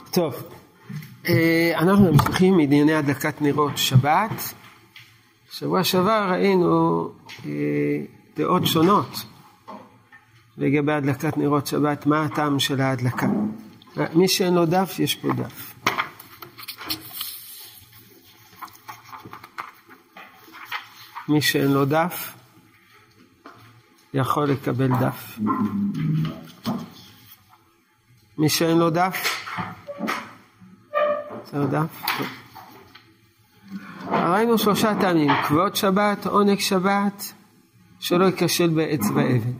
טוב, אנחנו ממשיכים מדיני הדלקת נרות שבת. שבוע שעבר ראינו דעות שונות לגבי הדלקת נרות שבת, מה הטעם של ההדלקה. מי שאין לו דף, יש פה דף. מי שאין לו דף יכול לקבל דף. מי שאין לו דף, זה דף. ראינו 3 טעמים: כבוד שבת, עונג שבת, שלא יקשל בעץ ואבן.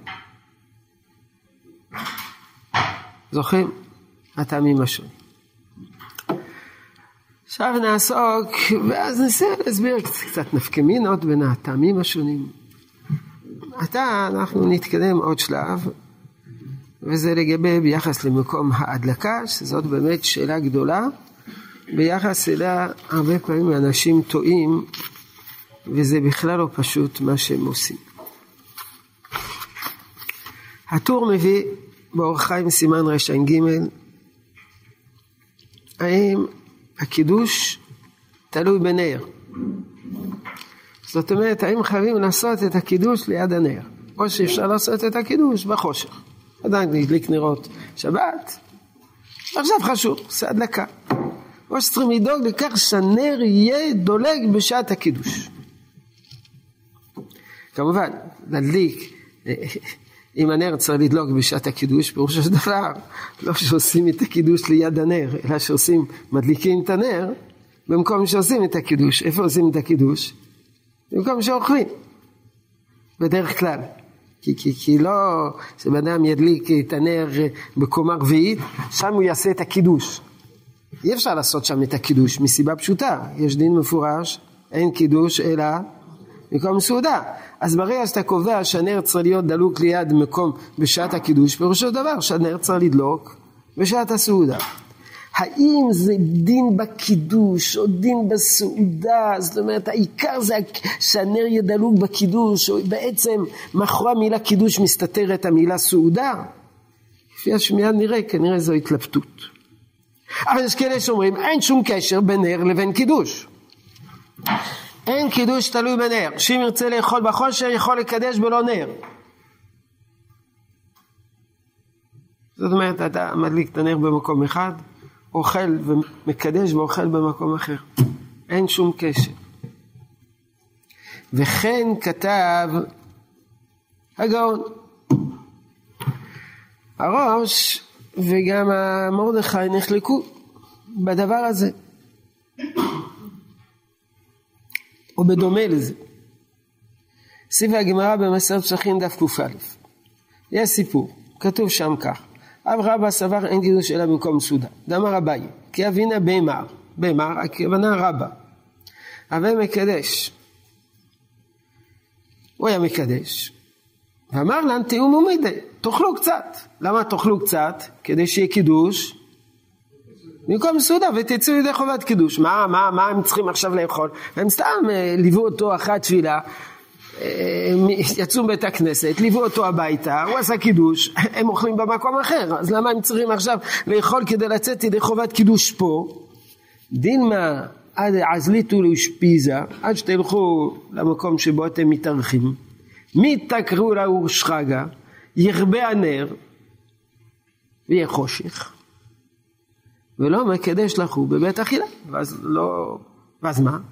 זוכרים? הטעמים השונים. עכשיו נעסוק, ואז ננסה להסביר קצת נפקמינות בין הטעמים השונים. עתה אנחנו נתקדם עוד שלב, וזה לגבי ביחס למקום ההדלקה, שזאת באמת שאלה גדולה. ביחס אליה הרבה פעמים אנשים טועים, וזה בכלל לא פשוט מה שהם עושים. הטור מביא באורח חיים סימן רש"ג, האם הקידוש תלוי בנר? זאת אומרת, האם חייבים לעשות את הקידוש ליד הנר, או שאפשר לעשות את הקידוש בחושך? עדיין להדליק נרות שבת, עכשיו חשוב, זה הדלקה. או שצריכים לדאוג לכך שהנר יהיה דולג בשעת הקידוש. כמובן, להדליק, אם הנר צריך לדלוק בשעת הקידוש, פירושו של דבר, לא שעושים את הקידוש ליד הנר, אלא שעושים, מדליקים את הנר, במקום שעושים את הקידוש. איפה עושים את הקידוש? במקום שאוכלים. בדרך כלל. כי לא, שבאדם ידליק את הנר בקומה רביעית, שם הוא יעשה את הקידוש. אי אפשר לעשות שם את הקידוש, מסיבה פשוטה. יש דין מפורש, אין קידוש אלא מקום סעודה. אז ברגע שאתה קובע שהנר צריך להיות דלוק ליד מקום בשעת הקידוש, פירושו דבר שהנר צריך לדלוק בשעת הסעודה. האם זה דין בקידוש או דין בסעודה? זאת אומרת, העיקר זה שהנר יהיה דלוק בקידוש, או בעצם מאחורי המילה קידוש מסתתרת המילה סעודה? לפי השמיעה נראה, כנראה זו התלבטות. אבל יש כאלה שאומרים, אין שום קשר בין נר לבין קידוש. אין קידוש תלוי בנר. שאם ירצה לאכול בחושך, יכול לקדש בלא נר. זאת אומרת, אתה מדליק את הנר במקום אחד, אוכל ומקדש ואוכל במקום אחר. אין שום קשר. וכן כתב הגאון. הראש וגם מרדכי נחלקו בדבר הזה. או בדומה לזה. סיבה הגמרא במסכת פסחים דף ק"א. יש סיפור, כתוב שם כך: אב רבא סבר אין קידוש אלא במקום סעודה. דאמר אביי, כי אבינה בימר, הכוונה רבא. הווי מקדש. הוא היה מקדש. ואמר להם, תהיו מומידי, תאכלו קצת. למה תאכלו קצת? כדי שיהיה קידוש במקום סעודה, ותצאו ידי חובת קידוש. מה הם צריכים עכשיו לאכול? הם סתם ליוו אותו אחרי התפילה, יצאו בית הכנסת, ליוו אותו הביתה, הוא עשה קידוש, הם אוכלים במקום אחר. אז למה הם צריכים עכשיו לאכול כדי לצאת ידי חובת קידוש פה? דילמה עד עזליתו לאושפיזה, עד שתלכו למקום שבו אתם מתארחים, מתקראו לאור שחגה, ירבה הנר ויהיה חושך, ולא מקדש לכו בבית אכילה. ואז מה?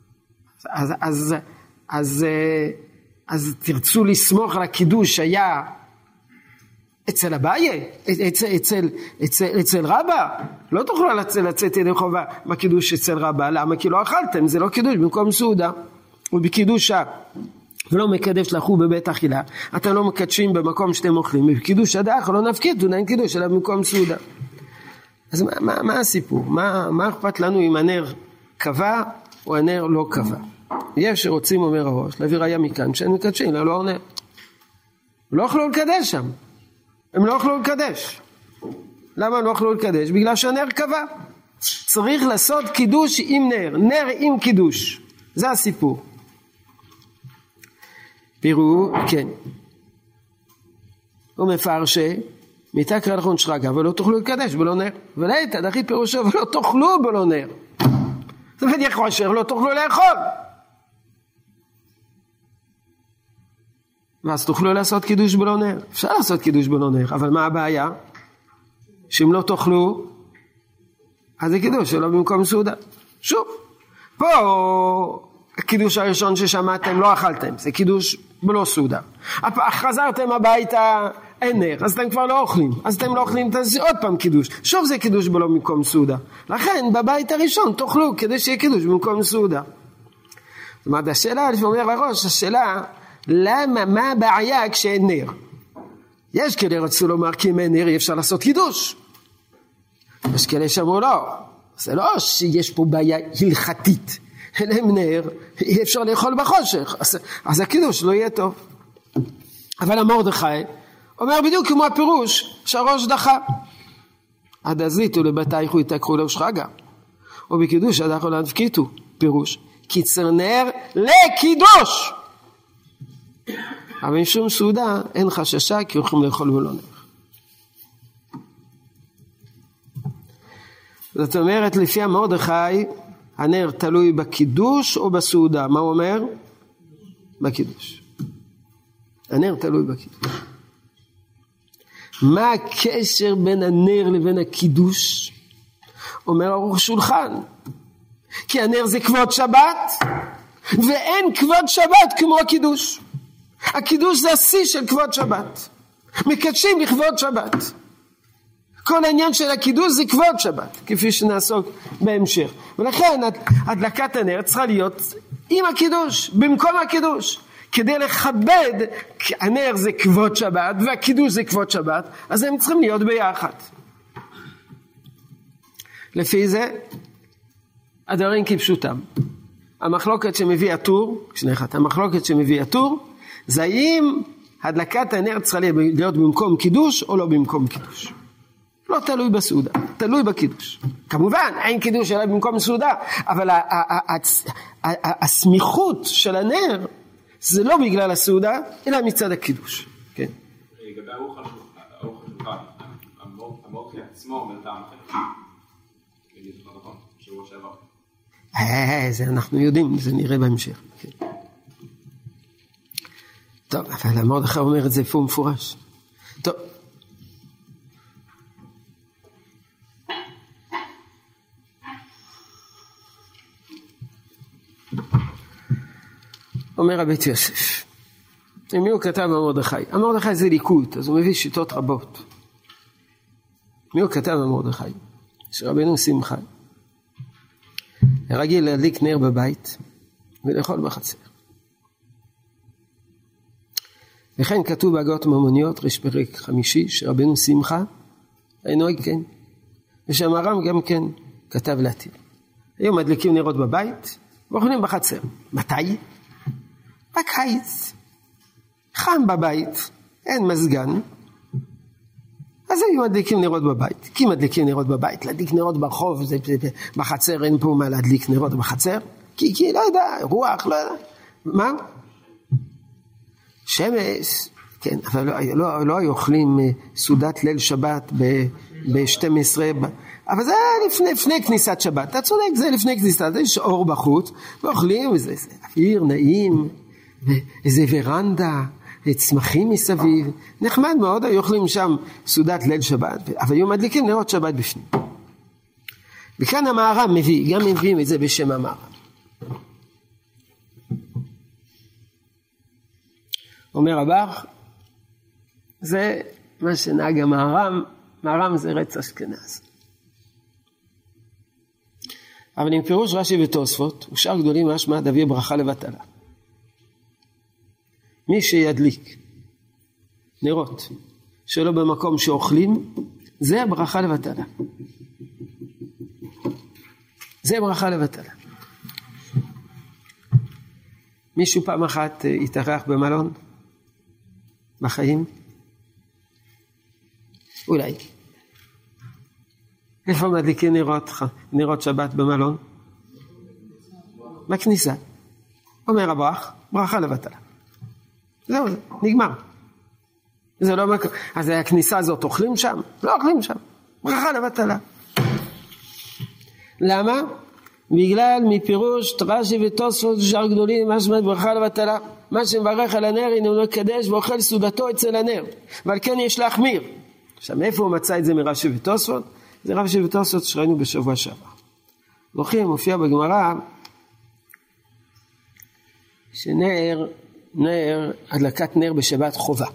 אז תרצו לסמוך על הקידוש שהיה אצל אביי, אצל רבא. לא תוכלו לצאת ידי חובה בקידוש אצל רבא. למה? כי לא אכלתם, זה לא קידוש במקום סעודה. ובקידושה ולא מקדש לכו בבית אכילה, אתם לא מקדשים במקום שאתם אוכלים. בקידוש הדרך לא נפקיד, אין קידוש אלא במקום סעודה. אז מה הסיפור? מה אכפת לנו אם הנר קבע או הנר לא קבע? יש שרוצים, אומר הראש, להביא ראיה מכאן כשהם מקדשים, לא עונה. לא יכלו לקדש שם. הם לא יכלו לקדש. למה לא יכלו לקדש? בגלל שהנר קבע. צריך לעשות קידוש עם נר. נר עם קידוש. זה הסיפור. פירו, כן. הוא מפרשה, מתקרא לכון שרגא, ולא תאכלו לקדש בלא נר. ולית, דחי פירושו, ולא תאכלו בלא נר. זאת אומרת, יכול אשר לא תאכלו לאכול. ואז תאכלו לעשות קידוש בלא נר. אפשר לעשות קידוש בלא נר, אבל מה הבעיה? שאם לא תאכלו, אז זה קידוש שלא במקום סעודה. שוב, פה הקידוש הראשון ששמעתם לא אכלתם, זה קידוש בלא סעודה. חזרתם הביתה, אין נר, אז אתם כבר לא אוכלים. אז אתם לא אוכלים, תעשי עוד פעם קידוש. שוב זה קידוש בלא במקום סעודה. לכן בבית הראשון תאכלו כדי שיהיה קידוש במקום סעודה. זאת אומרת, השאלה, לפעמים אומר הראש, השאלה, למה, מה הבעיה כשאין נר? יש כאלה רצו לומר כי אם אין נר אי אפשר לעשות קידוש. יש כאלה שאמרו לא, זה לא שיש פה בעיה הלכתית, אלא עם נר אי אפשר לאכול בחושך, אז הקידוש לא יהיה טוב. אבל המרדכי אומר בדיוק כמו הפירוש שהראש דחה. עד הזיתו לבתייכו יתקחו לו שרגא, ובקידוש עד אחו להנפקיתו, פירוש קיצר נר לקידוש. אבל עם שום סעודה אין חששה כי הולכים לאכול ולא נר. זאת אומרת, לפי המרדכי, הנר תלוי בקידוש או בסעודה. מה הוא אומר? בקידוש. הנר תלוי בקידוש. מה הקשר בין הנר לבין הקידוש? אומר ערוך שולחן. כי הנר זה כבוד שבת, ואין כבוד שבת כמו הקידוש. הקידוש זה השיא של כבוד שבת. מקדשים לכבוד שבת. כל העניין של הקידוש זה כבוד שבת, כפי שנעסוק בהמשך. ולכן הדלקת הנר צריכה להיות עם הקידוש, במקום הקידוש. כדי לכבד, הנר זה כבוד שבת והקידוש זה כבוד שבת, אז הם צריכים להיות ביחד. לפי זה, הדברים כפשוטם. המחלוקת שמביא הטור, המחלוקת שמביא הטור, זה האם הדלקת הנר צריכה להיות במקום קידוש או לא במקום קידוש. לא תלוי בסעודה, תלוי בקידוש. כמובן, אין קידוש אלא במקום סעודה, אבל הסמיכות של הנר, זה לא בגלל הסעודה, אלא מצד הקידוש. כן. לגבי האוכל המורחי עצמו אומר טעם אחר. שבוע שעבר. זה אנחנו יודעים, זה נראה בהמשך. כן. טוב, אבל המרדכי אומר את זה פה מפורש. טוב. אומר הבית יוסף, מי הוא כתב המרדכי? המרדכי זה ליקוט, אז הוא מביא שיטות רבות. מי הוא כתב המרדכי? שרבנו שמחה רגיל להדליק נר בבית ולאכול בחצר. וכן כתוב בהגות ממוניות, ראש פרק 5, שרבנו שמחה נוהג כן, ושהמהר"ם גם כן כתב להתיר. היום מדליקים נרות בבית ואוכלים בחצר. מתי? בקיץ. חם בבית, אין מזגן, אז היו מדליקים נרות בבית. כי מדליקים נרות בבית, להדליק נרות ברחוב, בחצר אין פה מה להדליק נרות בחצר, כי לא יודע, רוח, לא יודע. מה? שמש, כן, אבל לא היו אוכלים סעודת ליל שבת ב-12, אבל זה לפני כניסת שבת, אתה צודק, זה לפני כניסת, יש אור בחוץ, ואוכלים, איזה אוויר נעים, איזה ורנדה, צמחים מסביב, נחמד מאוד, היו אוכלים שם סעודת ליל שבת, אבל היו מדליקים נרות שבת בפנים. וכאן המהר"ם מביא, גם מביאים את זה בשם המהר"ם. אומר הבח, זה מה שנהג המהר"ם, מהר"ם זה רץ אשכנז. אבל עם פירוש רש"י ותוספות, ושאר גדולים משמע דביר ברכה לבטלה. מי שידליק נרות שלא במקום שאוכלים, זה ברכה לבטלה. זה ברכה לבטלה. מישהו פעם אחת התארח במלון? בחיים? אולי. איפה מדליקים נרות שבת במלון? בכניסה. אומר הברח, ברכה לבטלה. זהו, נגמר. זה לא מקום. אז הכניסה הזאת אוכלים שם? לא אוכלים שם. ברכה לבטלה. למה? בגלל מפירוש רש"י ותוספות ושאר גדולים משמע ברכה לבטלה. מה שמברך על הנר הנה מקדש ואוכל סעודתו אצל הנר, ועל כן יש להחמיר. עכשיו מאיפה הוא מצא את זה מרש"י ותוספות? זה רש"י ותוספות שראינו בשבוע שעבר. זוכרים, מופיע בגמרא שנר, הדלקת נר בשבת חובה.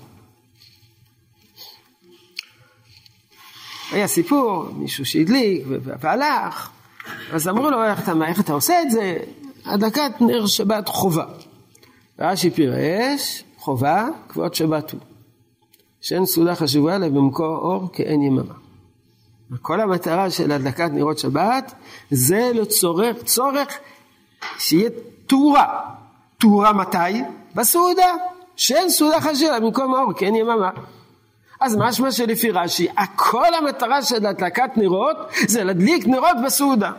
היה סיפור, מישהו שהדליק והלך, אז אמרו לו, איך אתה עושה את זה? הדלקת נר שבת חובה. רש"י פירש, חובה, כבוד שבת הוא. שאין סעודה חשובה לה במקור אור כאין יממה. כל המטרה של הדלקת נרות שבת, זה צורך שיהיה תאורה. תאורה מתי? בסעודה. שאין סעודה חשובה לה במקום אור כאין יממה. אז משמע שלפי רש"י, כל המטרה של הדלקת נרות, זה להדליק נרות בסעודה.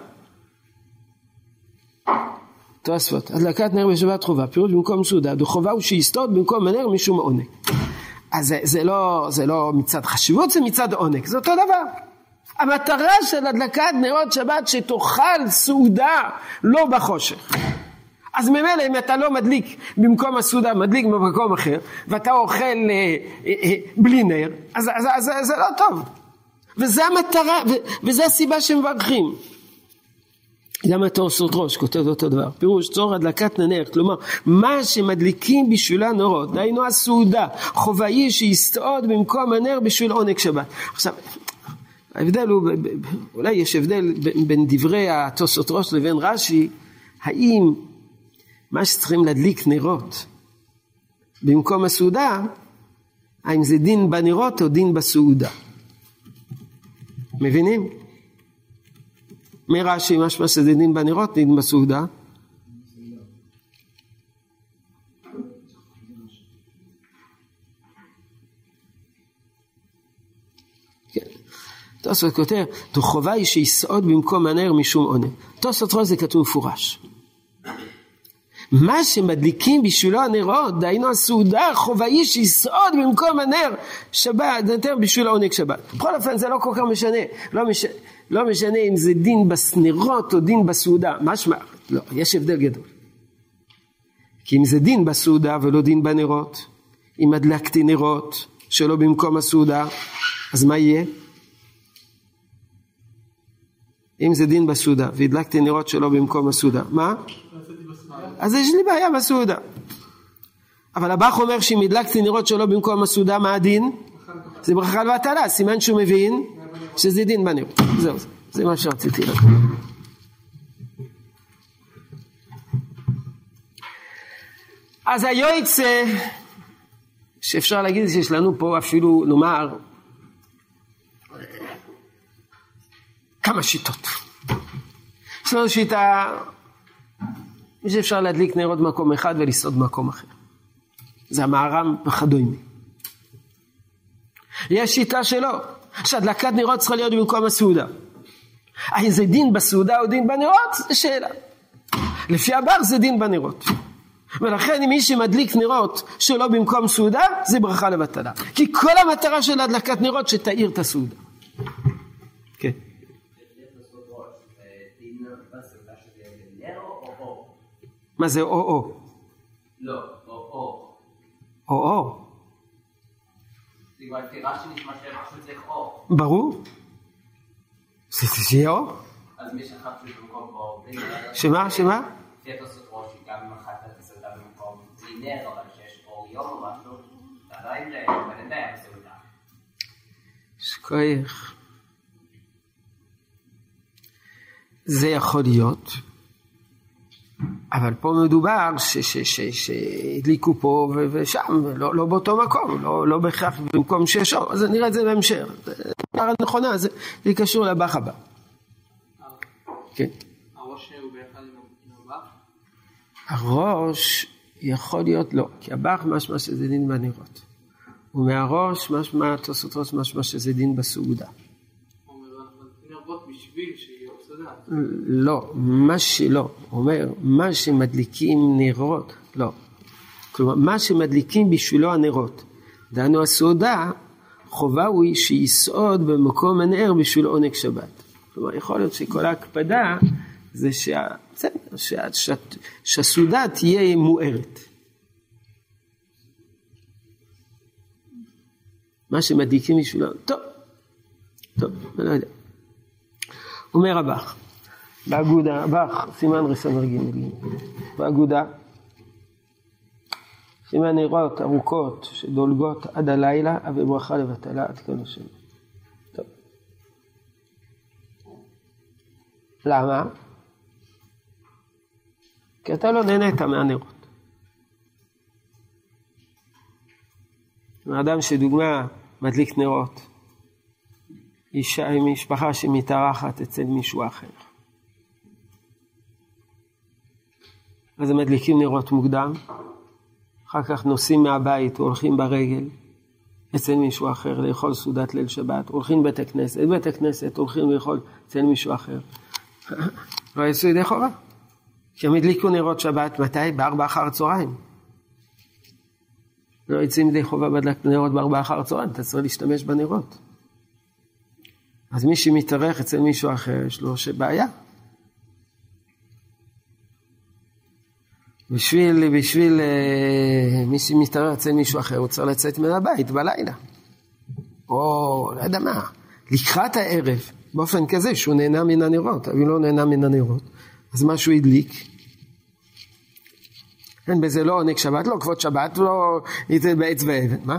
תוספות, הדלקת נר בשבת חובה, פירוש במקום סעודה, דחובה הוא שיסתוד במקום הנר משום עונג. אז זה לא מצד חשיבות, זה מצד עונג, זה אותו דבר. המטרה של הדלקת נרות שבת שתאכל סעודה לא בחושך. אז ממילא אם אתה לא מדליק במקום הסעודה, מדליק במקום אחר, ואתה אוכל בלי נר, אז זה לא טוב. וזה המטרה, וזה הסיבה שמברכים. למה תוספות ראש כותב אותו דבר? פירוש צורך הדלקת נר, כלומר מה שמדליקים בשבילה נרות, דהיינו הסעודה, חובה שיסתעוד במקום הנר בשביל עונג שבת. עכשיו, ההבדל הוא, אולי יש הבדל בין דברי התוספות ראש לבין רש"י, האם מה שצריכים להדליק נרות במקום הסעודה, האם זה דין בנרות או דין בסעודה? מבינים? מרש"י משמע שזה דין בנרות, דין בסעודה. כן. תוספות כותב, חובה היא שיסעוד במקום הנר משום עונג. תוספות ראש זה כתוב מפורש. מה שמדליקים בשבילו הנרות, דהיינו הסעודה, חובה היא שיסעוד במקום הנר שבת, נתר בשביל עונג שבת. בכל אופן זה לא כל כך משנה, לא משנה אם זה דין בסנרות או דין בסעודה, משמע, לא, יש הבדל גדול. כי אם זה דין בסעודה ולא דין בנרות, אם הדלקתי נרות שלא במקום הסעודה, אז מה יהיה? אם זה דין בסעודה והדלקתי נרות שלא במקום הסעודה, מה? אז יש לי בעיה בסעודה. אבל הבח אומר שאם הדלקתי נרות שלא במקום הסעודה, מה הדין? זה ברכה לבטלה, סימן שהוא מבין שזה דין בנרות. זהו, זה מה שרציתי להגיד. אז היועצה, שאפשר להגיד שיש לנו פה אפילו לומר כמה שיטות. יש לנו שיטה שאפשר להדליק נרות במקום אחד ולסעוד במקום אחר. זה המהר"ם וכדומה. יש שיטה שלו, שהדלקת נרות צריכה להיות במקום הסעודה. האם זה דין בסעודה או דין בנרות? זה שאלה. לפי הבח זה דין בנרות. ולכן אם מי שמדליק נרות שלא במקום סעודה, זה ברכה לבטלה. כי כל המטרה של הדלקת נרות שתאיר את הסעודה. כן. מה זה או? לא, או. או. זה כבר תירה שנשמע שמשהו צריך או. ברור. זה שיהיה או? אז מי שחד במקום או. שמה? תהיה תוספות ראש, גם אם אחת תסעודה במקום בלי נר, אבל שיש אור יום או משהו, אתה עדיין בנדע בסעודה. שכוח. זה יכול להיות. אבל פה מדובר שהדליקו פה ושם, לא באותו מקום, לא בהכרח במקום שיש אור, אז נראה את זה בהמשך. זה נכונה, זה קשור לבח הבא. כן. הראש הוא באחד עם הבח? הראש יכול להיות לא, כי הבח משמע שזה דין בנרות. ומהראש משמע, תוספות ראש משמע שזה דין בסעודה. נרבות בשביל שיהיה בסעודה. לא, אומר, מה שמדליקים נרות, לא. כלומר, מה שמדליקים בשבילו הנרות, דהיינו הסעודה, חובה הוא שיסעוד במקום הנר בשביל עונג שבת. כלומר, יכול להיות שכל ההקפדה זה שהסעודה תהיה מוארת. מה שמדליקים בשבילו, טוב, אני לא יודע. אומר הבח, באגודה, הבח, סימן ראשון רגיל, באגודה, סימן נרות ארוכות שדולגות עד הלילה, וברכה לבטלה עד כאן השם. טוב. למה? כי אתה לא נהנית מהנרות. האדם שדוגמה מדליק נרות, אישה עם משפחה שמתארחת אצל מישהו אחר. אז הם מדליקים נרות מוקדם, אחר כך נוסעים מהבית, הולכים ברגל אצל מישהו אחר לאכול סעודת ליל שבת, הולכים בית הכנסת, הולכים לאכול אצל מישהו אחר. לא יצאו ידי חובה. כי הם הדליקו נרות שבת, מתי? 4 אחר הצהריים. לא יצאים ידי חובה בדלק נרות 4 אחר הצהריים, אתה צריך להשתמש בנרות. אז מי שמתארח אצל מישהו אחר, יש לו בעיה. בשביל מי שמתארח אצל מישהו אחר, הוא צריך לצאת מהבית בלילה. או לא יודע מה, לקראת הערב, באופן כזה שהוא נהנה מן הנרות, אבל לא נהנה מן הנרות. אז מה שהוא הדליק, אין בזה לא עונג שבת, לא כבוד שבת, לא יתן בעץ ואבן, מה?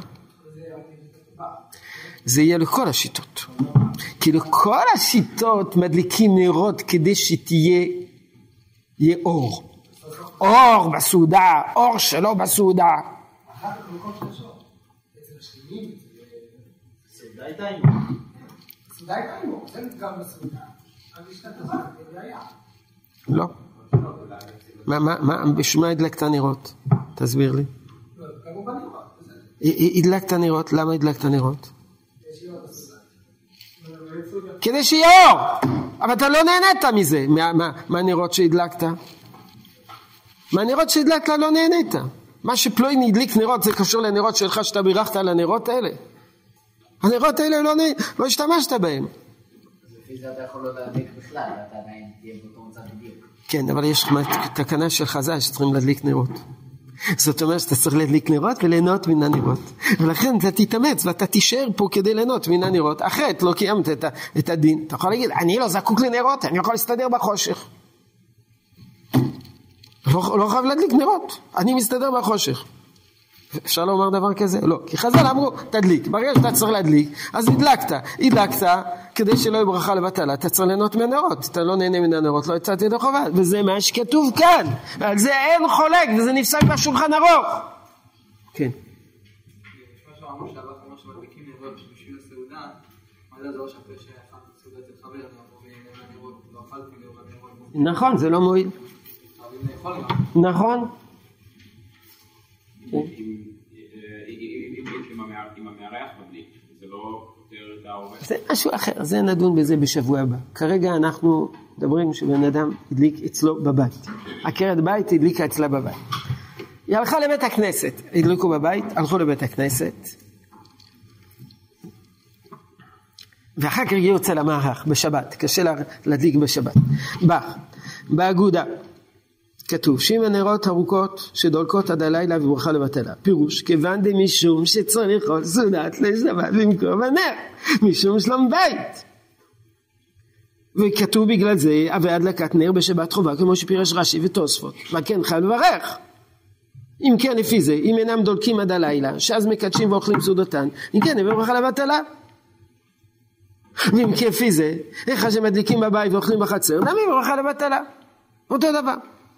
זה יהיה לכל השיטות. כי לכל השיטות מדליקים נרות כדי שתהיה אור. אור בסעודה, אור שלא בסעודה. אחת המקום של השור, אצל השכנים, סעודה הייתה אימו, זה גם בסעודה. אבל יש כתבה, זה היה. לא. בשביל מה הדלקת נרות? תסביר לי. לא, כמו בנרות. הדלקת נרות, למה הדלקת נרות? כדי שיהיה אור. אבל אתה לא נהנית מזה, מהנרות שהדלקת. מהנרות שהדלקת לא נהנית. מה שפלויני הדליק נרות זה קשור לנרות שלך שאתה בירכת על הנרות האלה. הנרות האלה לא השתמשת בהם. לפי זה אתה יכול לא להדליק בכלל, אתה עדיין תהיה באותו מצב בדיוק. כן, אבל יש תקנה של חז"ל שצריכים להדליק נרות. זאת אומרת שאתה צריך להדליק נרות וליהנות מן הנרות. ולכן אתה תתאמץ ואתה תישאר פה כדי ליהנות מן הנרות. אחרת לא קיימת את הדין. אתה יכול להגיד, אני לא זקוק לנרות, אני יכול להסתדר בחושך. לא חייב להדליק נרות, אני מסתדר בחושך. אפשר לומר דבר כזה? לא, כי חז"ל אמרו, תדליק. ברגע שאתה צריך להדליק, אז הדלקת, כדי שלא יהיה ברכה לבטלה, אתה צריך ליהנות מהנרות. אתה לא נהנה מן הנרות, לא יצאתי ידי חובה. וזה מה שכתוב כאן. על זה אין חולק, וזה נפסק בשולחן ערוך. כן. יש משהו אמרו שהבא כמו שמדליקים נרות בשביל הסעודה, מה זה לא שפה שאכלתי סעודה אצל חבר, אני אבוא מהנרות, לא אכלתי נרות. נכון, זה לא מועיל. נכון. אם המארח מדליק, זה לא יותר את העובד. זה משהו אחר, זה נדון בזה בשבוע הבא. כרגע אנחנו מדברים שבן אדם הדליק אצלו בבית. עקרת בית הדליקה אצלה בבית. היא הלכה לבית הכנסת, הדליקו בבית, הלכו לבית הכנסת. ואחר כך הגיעו אצל המארח בשבת, קשה להדליק בשבת. באגודה. כתוב, שימה נרות ארוכות שדולקות עד הלילה וברכה לבטלה. פירוש, כיוון דמשום שצריך עוד סעודת לשבת במקום הנר, משום שלום בית. וכתוב בגלל זה, הווה הדלקת נר בשבת חובה, כמו שפירש רש"י ותוספות. וכן חייב לברך. אם כן, לפי זה, אם אינם דולקים עד הלילה, שאז מקדשים ואוכלים סעודתן, אם כן, הווה ברכה לבטלה. ואם כן, לפי זה, איך שמדליקים בבית ואוכלים בחצר, נביא ברכה לבטלה. אותו דבר.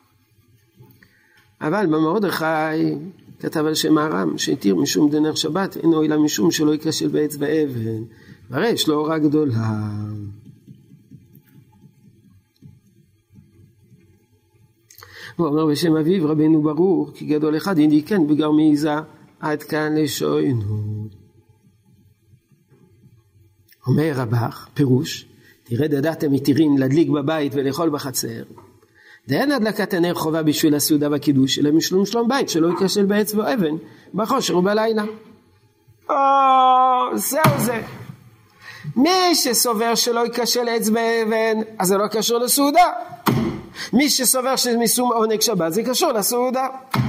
אבל במרדכי כתב על שם הר"ם שהתיר משום דנר שבת אינו אלא משום שלא ייכשל בעץ ואבן, הרי יש לו אורה גדולה. הוא אומר בשם אביו רבנו ברור כי גדול אחד אינדיקן בגר מעיזה עד כאן לשוינו. אומר רבך פירוש, תראה דעתם מתירים להדליק בבית ולאכול בחצר, דהן הדלקת הנר חובה בשביל הסעודה והקידוש, אלא משלום שלום בית שלא ייכשל בעץ ואבן בחושך ובלילה. זהו זה. מי שסובר שלא יקשר עץ באבן, אז זה לא קשור לסעודה. מי שסובר שמשום עונג שבת, זה קשור לסעודה.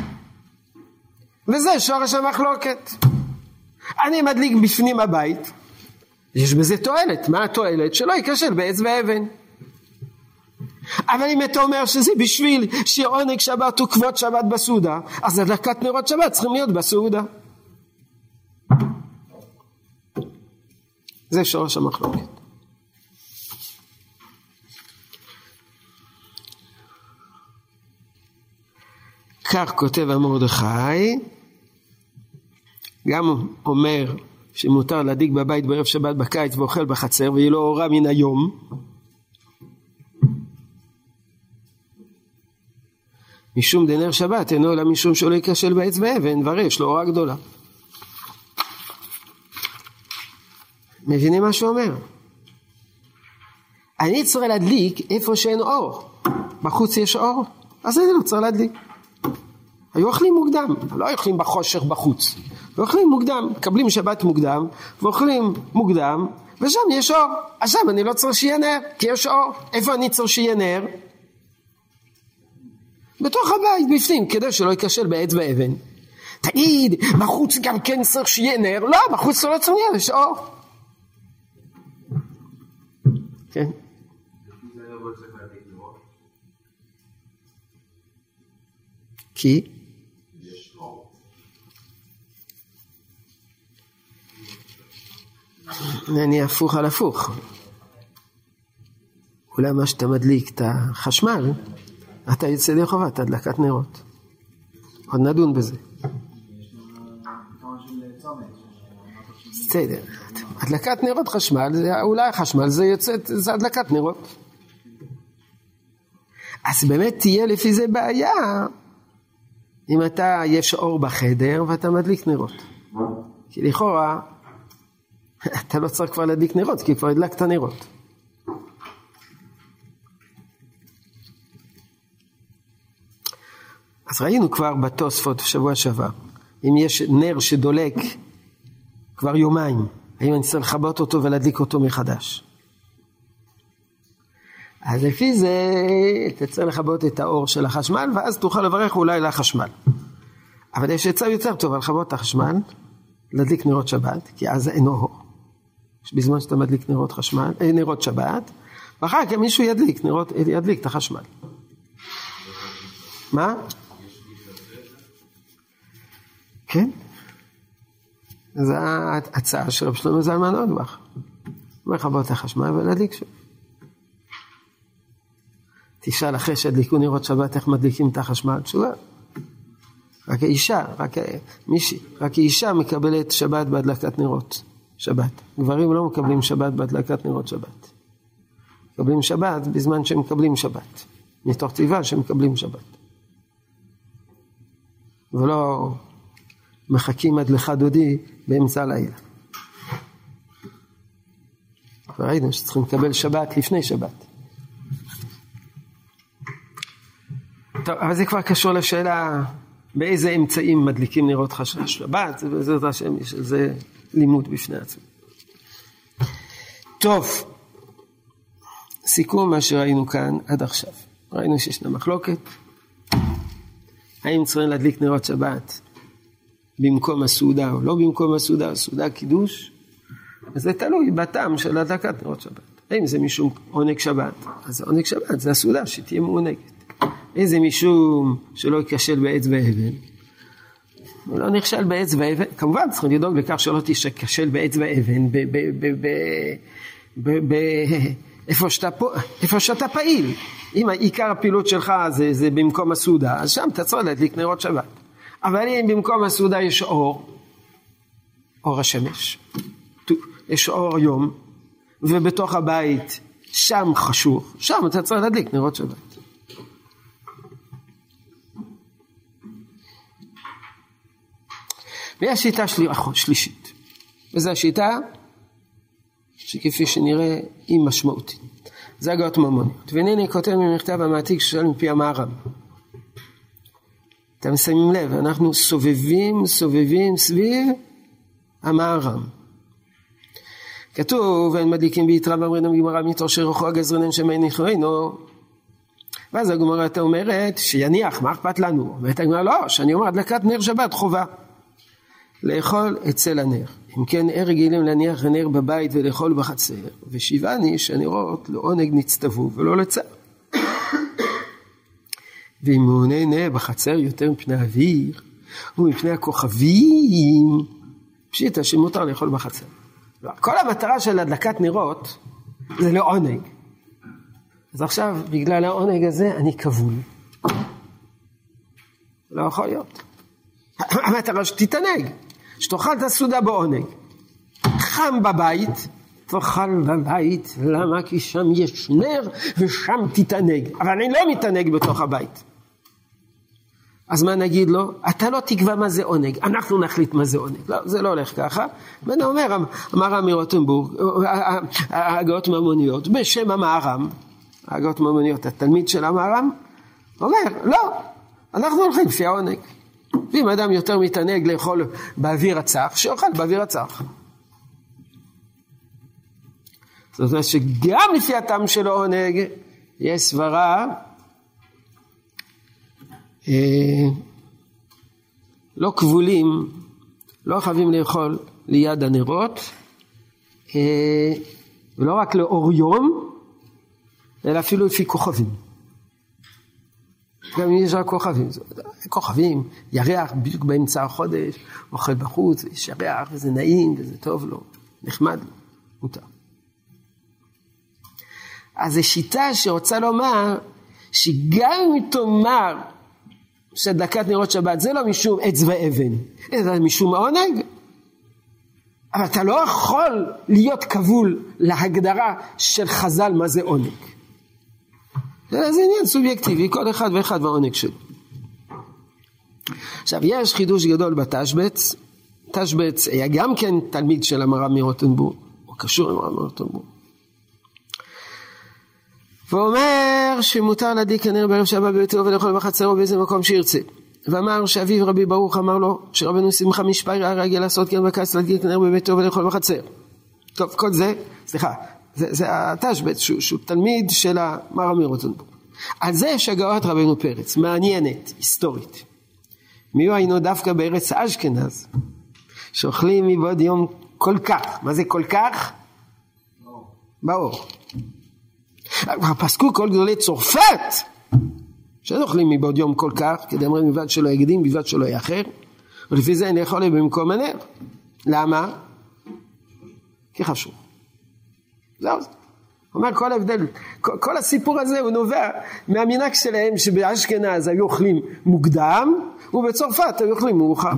וזה שורש המחלוקת. אני מדליק בפנים הבית, יש בזה תועלת. מה התועלת? שלא יקשר בעץ באבן. אבל אם אתה אומר שזה בשביל שעונג שבת הוא כבוד שבת בסעודה, אז הדלקת נרות שבת צריכים להיות בסעודה. זה שורש המחלוקת. כך כותב מרדכי, גם אומר שמותר להדליק בבית בערב שבת בקיץ ואוכל בחצר והיא לא אורה מן היום, משום דנר שבת אינו אלא משום שלא יקשר בעץ באבן, והרי יש לו אורה גדולה. מבינים מה שהוא אומר? אני צריך להדליק איפה שאין אור. בחוץ יש אור, אז אני לא צריך להדליק. היו אוכלים מוקדם, לא אוכלים בחושך בחוץ. ואוכלים מוקדם, מקבלים שבת מוקדם, ואוכלים מוקדם, ושם יש אור. אז שם אני לא צריך שיהיה נר, כי יש אור. איפה אני צריך שיהיה נר? בתוך הבית, בפנים, כדי שלא יקשר בעץ באבן. תגיד, בחוץ גם כן צריך שיהיה נר? לא, בחוץ לא צריך נר, יש אור. כן. כי? אני הפוך על הפוך. אולי מה שאתה מדליק את החשמל, אתה יוצא לי חובת הדלקת נרות. עוד נדון בזה. בסדר. הדלקת נרות חשמל, אולי החשמל זה יוצא, זה הדלקת נרות. אז באמת תהיה לפי זה בעיה, אם אתה יש אור בחדר ואתה מדליק נרות. כי לכאורה, אתה לא צריך כבר להדליק נרות, כי כבר הדלקת נרות. אז ראינו כבר בתוספות שבוע שעבר, אם יש נר שדולק כבר יומיים, האם אני צריך לכבות אותו ולהדליק אותו מחדש? אז לפי זה אתה צריך לכבות את האור של החשמל, ואז תוכל לברך אולי לחשמל. אבל יש עצה יותר טוב על לכבות את החשמל, להדליק נרות שבת, כי אז אין אור. בזמן שאתה מדליק נרות שבת, ואחר כך מישהו ידליק את החשמל. מה? כן? זו ההצעה של רב שלמה זלמן אוירבך. לכבות את החשמל ולהדליק שוב. תשאל אחרי שהדליקו נרות שבת איך מדליקים את החשמל, תשובה. רק האישה מקבלת שבת בהדלקת נרות שבת. גברים לא מקבלים שבת בהדלקת נרות שבת. מקבלים שבת בזמן שהם מקבלים שבת. מתוך טבעה שהם מקבלים שבת. ולא מחכים עד לך דודי באמצע הלילה. וראינו שצריכים לקבל שבת לפני שבת. טוב, אבל זה כבר קשור לשאלה באיזה אמצעים מדליקים נרות שבת, ובעזרת השם יש איזה לימוד בפני עצמו. טוב, סיכום מה שראינו כאן עד עכשיו. ראינו שישנה מחלוקת. האם צריכים להדליק נרות שבת במקום הסעודה או לא במקום הסעודה, סעודה קידוש? אז זה תלוי בטעם של הדלקת נרות שבת. האם זה משום עונג שבת? אז עונג שבת זה הסעודה שתהיה מעונגת. אם זה משום שלא יקשל בעץ ואבן, הוא לא נכשל בעץ ואבן, כמובן צריכים לדאוג לכך שלא תקשל בעץ ואבן איפה שאתה פעיל. אם עיקר הפעילות שלך זה במקום הסעודה, אז שם אתה צריך להדליק נרות שבת. אבל אם במקום הסעודה יש אור השמש, יש אור יום, ובתוך הבית שם חשוך, שם אתה צריך להדליק נרות שבת. ויש שיטה שלישית, וזו השיטה שכפי שנראה היא משמעותית. זה הגאות ממוניות. והנה כותב ממכתב המעתיק ששאל מפי המערב. אתם שמים לב, אנחנו סובבים סביב המהר"ם. כתוב, אין מדליקים ביתרה ואמרנו בגמרא מתעורר רוחו הגזרנן שמי נכרנו. ואז הגמרא אומרת שיניח, מה אכפת לנו? אומרת הגמרא, לא, שאני אומר הדלקת נר שבת חובה. לאכול אצל הנר. אם כן, רגילים להניח הנר בבית ולאכול בחצר. ושיבני שהנרות לעונג נצטוו ולא לצער. ואם הוא נהנה בחצר יותר מפני האוויר ומפני הכוכבים, פשיטה שמותר לאכול בחצר. כל המטרה של הדלקת נרות זה לעונג. אז עכשיו בגלל העונג הזה אני כבול. לא יכול להיות. המטרה שתתענג, שתאכל את הסעודה בעונג. חם בבית, תאכל בבית. למה? כי שם יש נר ושם תתענג. אבל אני לא מתענג בתוך הבית. אז מה נגיד לו? אתה לא תקבע מה זה עונג, אנחנו נחליט מה זה עונג. לא, זה לא הולך ככה. ואני אומר, המהר"ם מרוטנבורג, ההגאות ממוניות, בשם המהר"ם, ההגאות ממוניות, התלמיד של המהר"ם, אומר, לא, אנחנו הולכים לפי העונג. ואם אדם יותר מתענג לאכול באוויר הצח, שאוכל באוויר הצח. זאת אומרת שגם לפי הטעם של העונג, יש סברה, לא כבולים, לא חייבים לאכול ליד הנרות, ולא רק לאור יום, אלא אפילו לפי כוכבים. גם אם יש רק כוכבים, ירח בדיוק באמצע החודש, אוכל בחוץ, יש ירח וזה נעים וזה טוב לו, נחמד לו, מותר. אז זו שיטה שרוצה לומר, שגם אם תאמר, שדלקת נרות שבת זה לא משום עץ ואבן, זה משום העונג, אבל אתה לא יכול להיות כבול להגדרה של חז"ל מה זה עונג. זה עניין סובייקטיבי, כל אחד ואחד והעונג שלו. עכשיו, יש חידוש גדול בתשבץ. תשבץ היה גם כן תלמיד של המהר"ם מרוטנבורג, או קשור למהר"ם מרוטנבורג. ואומר שמותר להדליק הנר בערב שבת בביתו ולאכול בחצרו באיזה מקום שירצה. ואמר שאביו רבי ברוך אמר לו שרבנו שמחה משפיר הרגל לעשות כן בקיץ להדליק הנר בביתו ולאכול בחצר. טוב, כל זה, סליחה, זה התשבץ שהוא תלמיד של המהר"ם מרוטנבורג. על זה יש הגאות רבנו פרץ, מעניינת, היסטורית. מי היינו דווקא בארץ אשכנז, שאוכלים מבעוד יום כל כך. מה זה כל כך? באור. פסקו כל גדולי צרפת שאין אוכלים מבעוד יום כל כך, כדי אמרים מבעד שלא יקדים, מבעד שלא יאחר, ולפי זה אני יכול במקום הנר. למה? כי חשוב. זהו. אומר כל ההבדל, כל הסיפור הזה הוא נובע מהמנהג שלהם שבאשכנז היו אוכלים מוקדם, ובצרפת היו אוכלים מאוחר.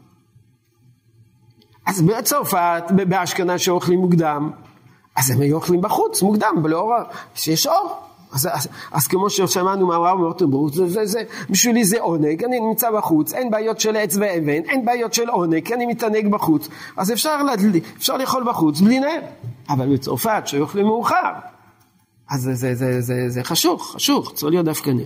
אז בצרפת, באשכנז שאוכלים מוקדם, אז הם היו אוכלים בחוץ, מוקדם, בלאור שיש אור. אז כמו ששמענו מהמהר"ם מרוטנבורג, בשבילי זה עונג, אני נמצא בחוץ, אין בעיות של עץ ואבן, אין בעיות של עונג, כי אני מתענג בחוץ, אז אפשר לאכול בחוץ בלי נר. אבל בצרפת שהיו אוכלים מאוחר, אז זה חשוך, צריך להיות דווקא נר.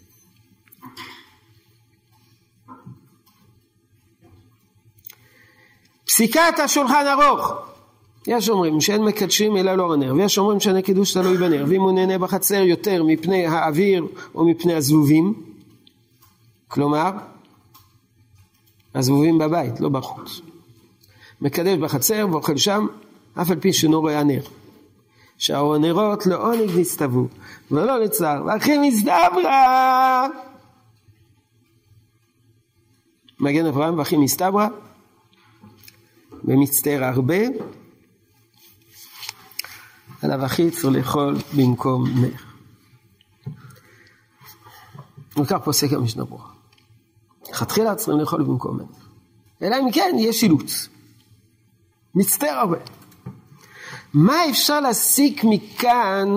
פסיקת השולחן ערוך. יש אומרים שאין מקדשים אלא לא הנר, ויש אומרים שאין קידוש תלוי בנר, ואם הוא נהנה בחצר יותר מפני האוויר או מפני הזבובים, כלומר הזבובים בבית, לא בחוץ, מקדש בחצר ואוכל שם, אף על פי שאינו רואה הנר, שהנרות לעונג נצטוו ולא לצער, ואחי מסתברא, מגן אברהם ואחי מסתברא, ומצטער הרבה, עליו אחי צריך לאכול במקום נר. וכך פוסק המשנה ברורה. לכתחילה צריכים לאכול במקום נר. אלא אם כן יש אילוץ. מצטער הרבה. מה אפשר להסיק מכאן,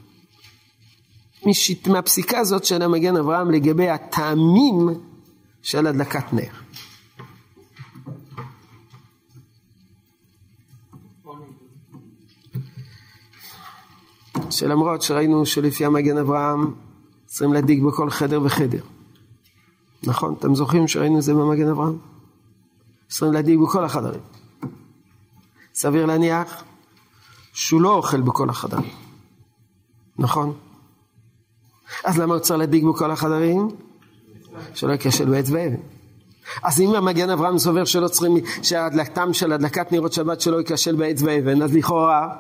מהפסיקה הזאת של המגן אברהם, לגבי הטעמים של הדלקת נר? שלמרות שראינו שלפי המגן אברהם צריכים להדליק בכל חדר וחדר. נכון? אתם זוכרים שראינו זה במגן אברהם? צריכים להדליק בכל החדרים. סביר להניח שהוא לא אוכל בכל החדרים. נכון? אז למה הוא צריך להדליק בכל החדרים? שלא יקשל בעץ ואבן. אז אם המגן אברהם סובר שלא צריכים, שהדלקתם של הדלקת נרות שבת שלא יקשל בעץ ואבן, אז לכאורה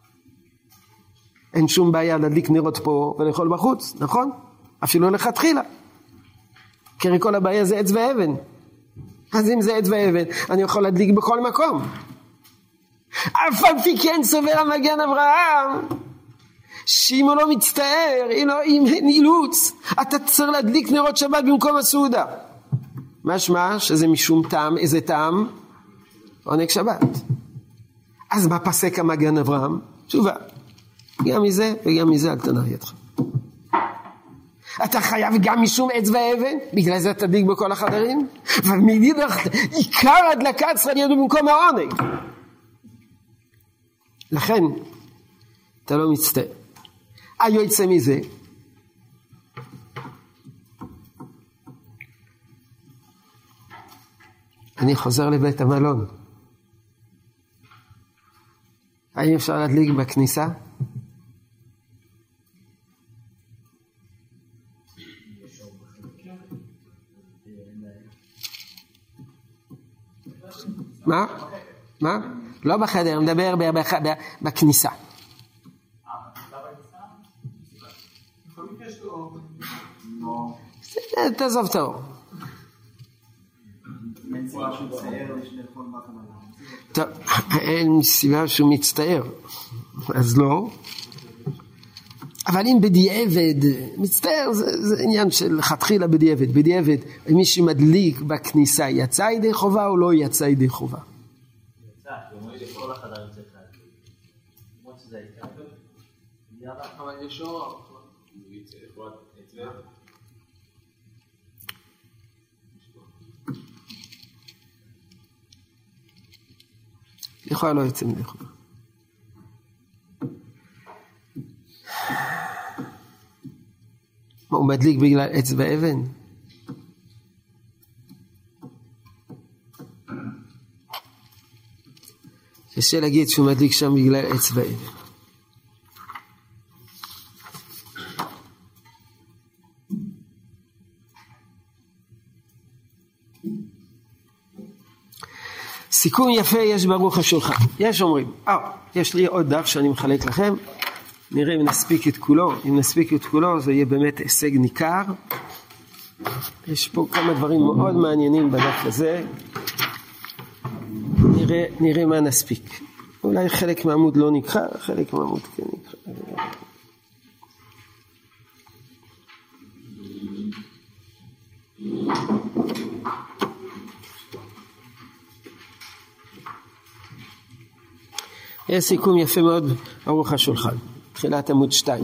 אין שום בעיה להדליק נרות פה ולאכול בחוץ, נכון? אפילו לכתחילה. כי כל הבעיה זה עץ ואבן. אז אם זה עץ ואבן, אני יכול להדליק בכל מקום. אף על פי כן סובר המגן אברהם, שאם הוא לא מצטער, אם אילוץ, אתה צריך להדליק נרות שבת במקום הסעודה. משמע שזה משום טעם, איזה טעם? עונג שבת. אז מה פסק המגן אברהם? תשובה. גם מזה וגם מזה אל תנח ידך. אתה חייב גם משום עץ ואבן, בגלל זה תדליק בכל החדרים, ומאידך עיקר הדלקה צריכה להיות במקום העונג. לכן אתה לא מצטער. יוצא מזה אני חוזר לבית המלון. האם אפשר להדליק בכניסה? מה? מה? לא בחדר, מדבר בכניסה. תעזוב את האור. טוב, אין סיבה שהוא מצטער, אז לא. אבל אם בדיעבד, מצטער זה עניין של חתחילה בדיעבד. בדיעבד, מי שמדליק בכניסה יצא ידי חובה או לא יצא ידי חובה? יצא, כי הוא אומר לכל החדרים צריך להדליק. למרות שזה הייתה. אבל יש אור. לכאורה לא יוצא מדי חובה. מה, הוא מדליק בגלל עץ ואבן? קשה להגיד שהוא מדליק שם בגלל עץ ואבן. סיכום יפה יש ברוך השולחן. יש אומרים, יש לי עוד דף שאני מחלק לכם, נראה אם נספיק את כולו. אם נספיק את כולו זה יהיה באמת הישג ניכר. יש פה כמה דברים מאוד מעניינים בדף הזה, נראה מה נספיק. אולי חלק מהעמוד לא נקרא, חלק מהעמוד כן נקרא. יש סיכום יפה מאוד ערוך השולחן, תחילת עמוד 2.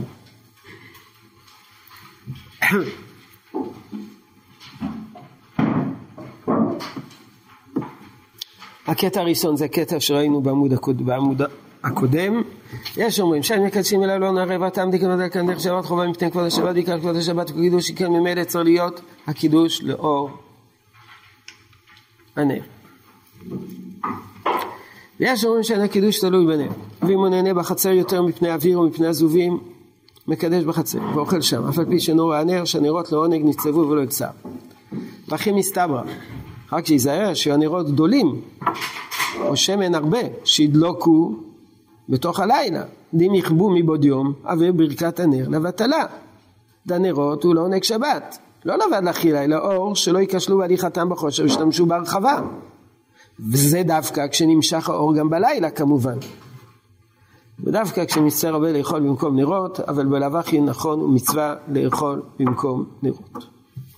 הקטע הראשון זה הקטע שראינו בעמוד הקודם. יש אומרים שאני מקדשים אליו לא נערב אותם דיקן ודלקן דרך שבת חובה מפני כבוד השבת דיקן כבוד השבת וקידוש שכן ממילא צריך להיות הקידוש לאור הנר. ויש אומרים שאין הקידוש תלוי בנר, ואם הוא נהנה בחצר יותר מפני אוויר ומפני הזובים מקדש בחצר ואוכל שם, אף על פי שנור הנר שהנרות לעונג נצטבו ולא יצא. וכי מסתברא רק שיזהר שהנרות גדולים או שמן הרבה שידלוקו בתוך הלילה, דים יכבו מבעוד יום אוויר ברכת הנר לבטלה. דנרות הוא לעונג שבת, לא לבד לאכילה אלא אור שלא ייכשלו בהליכתם בחושר וישתמשו בהרחבה, וזה דווקא כשנמשך האור גם בלילה כמובן, ודווקא כשמצטער הרבה לאכול במקום נרות, אבל בלאו הכי נכון ומצווה לאכול במקום נרות.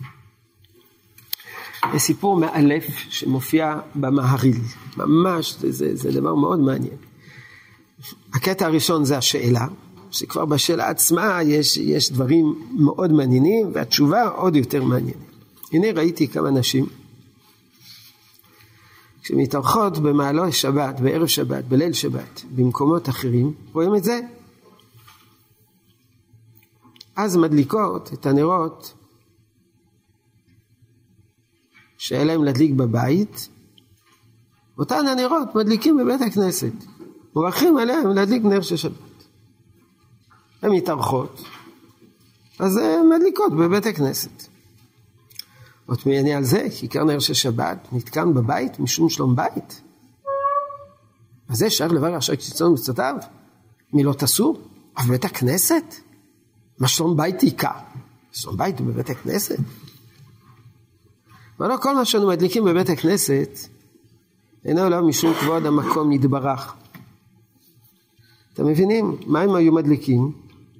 זה סיפור מאלף שמופיע במהרי"ל, ממש זה דבר מאוד מעניין. הקטע הראשון זה השאלה, שכבר בשאלה עצמה יש דברים מאוד מעניינים, והתשובה עוד יותר מעניינת. הנה ראיתי כמה נשים שמתארחות במעלות שבת, בערב שבת, בליל שבת, במקומות אחרים, רואים את זה? אז מדליקות את הנרות שהיה להם להדליק בבית, אותן הנרות מדליקים בבית הכנסת, מברכים עליהם להדליק נר של שבת. הן מתארחות, אז הן מדליקות בבית הכנסת. עוד מעניין על זה, כיכר נר של שבת נתקן בבית משום שלום בית. אז זה שייך לבר אשר קציצון ומצוותיו, מילות אסור, אבל בבית הכנסת? מה שלום בית עיקר? שלום בית הוא בבית הכנסת? אבל לא כל מה שאנו מדליקים בבית הכנסת, אינו עליו משום כבוד המקום נתברך. אתם מבינים? מה הם היו מדליקים?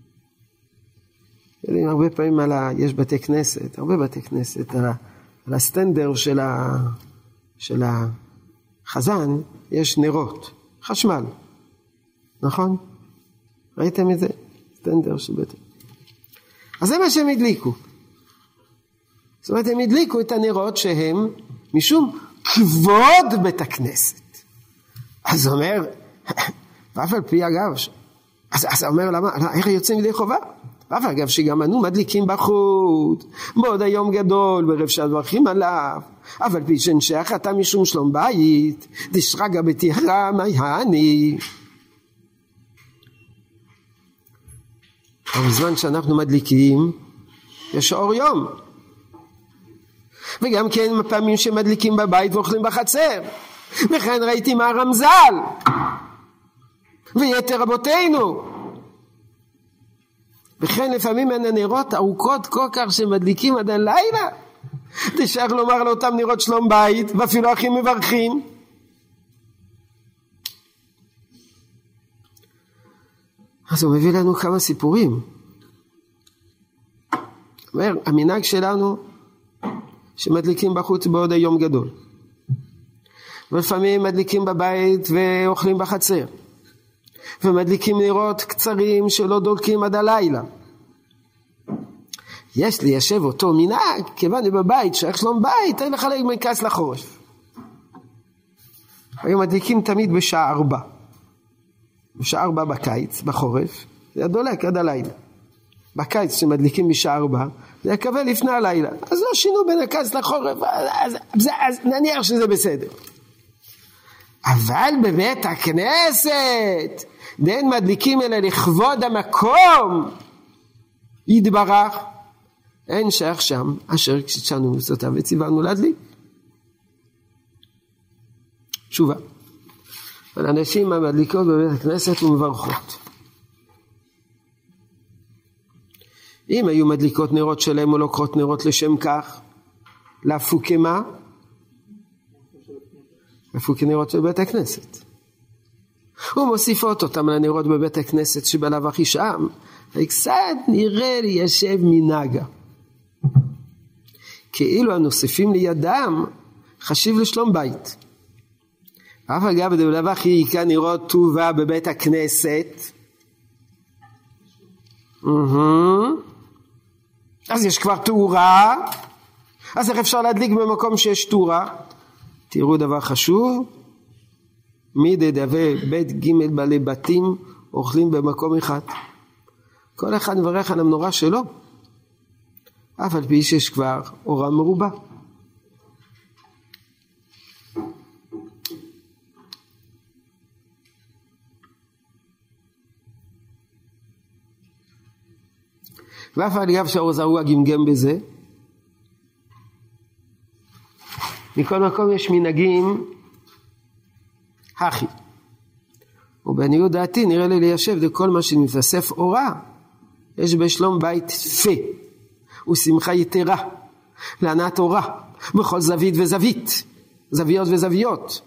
יודעים, הרבה פעמים יש בתי כנסת, הרבה בתי כנסת, על הסטנדר של החזן, יש נרות, חשמל. נכון? ראיתם את זה? סטנדר של בית. אז זה מה שהם הדליקו. זאת אומרת, הם הדליקו את הנרות שהם משום כבוד בית הכנסת. אז הוא אומר, ואף על פי אגב, אז הוא אומר, למה, איך יוצאים ידי חובה? ואף אגב שגם אנו מדליקים בחוץ, בעוד היום גדול, ברב שהדברכים עליו, אבל פי שנשך אתה משום שלום בית, דשרגה בתירה מייהני. אבל בזמן שאנחנו מדליקים, יש אור יום. וגם כן פעמים שמדליקים בבית ואוכלים בחצר. וכן ראיתי מה רמזל. ויתר רבותינו. וכן לפעמים אין הנרות ארוכות כל כך שמדליקים עד הלילה. תשאר לומר לאותם נרות שלום בית, ואפילו אחים מברכים. אז הוא מביא לנו כמה סיפורים. אומר, המנהג שלנו שמדליקים בחוץ בעוד היום גדול. ולפעמים מדליקים בבית ואוכלים בחצר. ומדליקים נרות קצרים שלא דולקים עד הלילה. יש ליישב אותו מנהג, כיוון בבית שייך שלום בית, אין לחלק מרכז לחורף. היום מדליקים תמיד בשעה 4. בשעה 4 בקיץ, בחורף, זה דולק עד הלילה. בקיץ שמדליקים בשעה 4, זה יקבל לפני הלילה. אז לא שינו בין הקיץ לחורף, אז נניח שזה בסדר. אבל בבית הכנסת, דין מדליקים אלא לכבוד המקום, יתברך, אין שייך שם, אשר כשצ'נו מצוותיו וציוונו להדליק. תשובה. אנשים המדליקות בבית הכנסת ומברכות. אם היו מדליקות נרות שלהם או לוקחות נרות לשם כך, להפוק מה? להפוק נרות של בית הכנסת. ומוסיפות אותם לנרות בבית הכנסת שבלב אחי שם, קצת נראה ליישב מנהגה. כאילו הנוספים לידם חשיב לשלום בית. אף אגב בלב אחי כאן נרות טובה בבית הכנסת. אז יש כבר תאורה, אז איך אפשר להדליק במקום שיש תאורה? תראו דבר חשוב, מידי דווה בית ג' בעלי בתים אוכלים במקום אחד. כל אחד מברך על המנורה שלו, אף על פי שיש כבר אורה מרובה. ואף על גב שהאור זרוע גמגם בזה. מכל מקום יש מנהגים הכי. ובעניות דעתי נראה לי ליישב לכל מה שנתווסף אורה. יש בשלום בית פה ושמחה יתרה לענת אורה בכל זווית וזווית, זוויות וזוויות.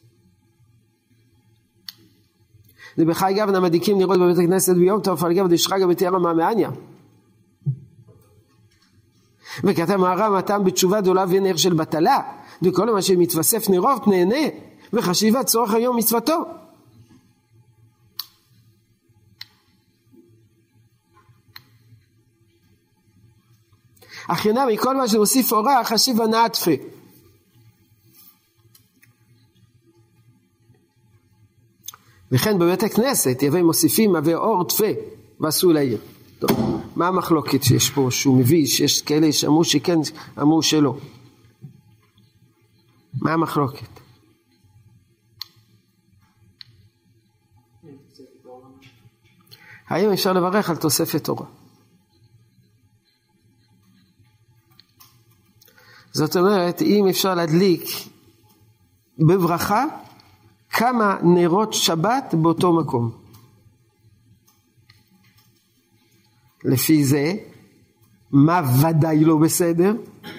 זה בחי גב נמדיקים נראות בבית הכנסת ביום טוב על גב דשחגה בתיארה מהמעניה. וכתב מהר"ם הטעם בתשובה דולה ונר של בטלה, וכל מה שמתווסף נרות נהנה וחשיבת צורך היום מצוותו. אחרינה מכל מה שמוסיף אורה חשיב הנעת פה. וכן בבית הכנסת יביא מוסיפים הווה אור תפה ועשו לעיר. טוב, מה המחלוקת שיש פה שהוא מביא, שיש כאלה שאמרו שכן, אמרו שלא? מה המחלוקת? האם אפשר לברך על תוספת תורה? זאת אומרת, אם אפשר להדליק בברכה כמה נרות שבת באותו מקום. לפי זה, מה ודאי לא בסדר?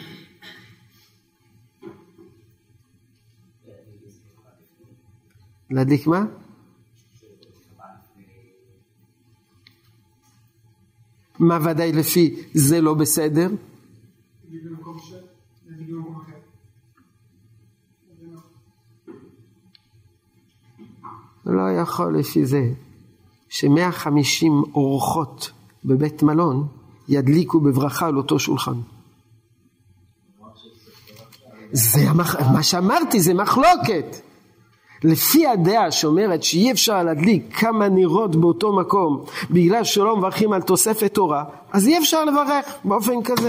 להדליק מה? מה ודאי לפי זה לא בסדר? לא יכול לפי זה ש150 אורחות בבית מלון ידליקו בברכה על אותו שולחן. מה שאמרתי זה מחלוקת. לפי הדעה שאומרת שאי אפשר להדליק כמה נרות באותו מקום בגלל שלא מברכים על תוספת תורה, אז אי אפשר לברך באופן כזה.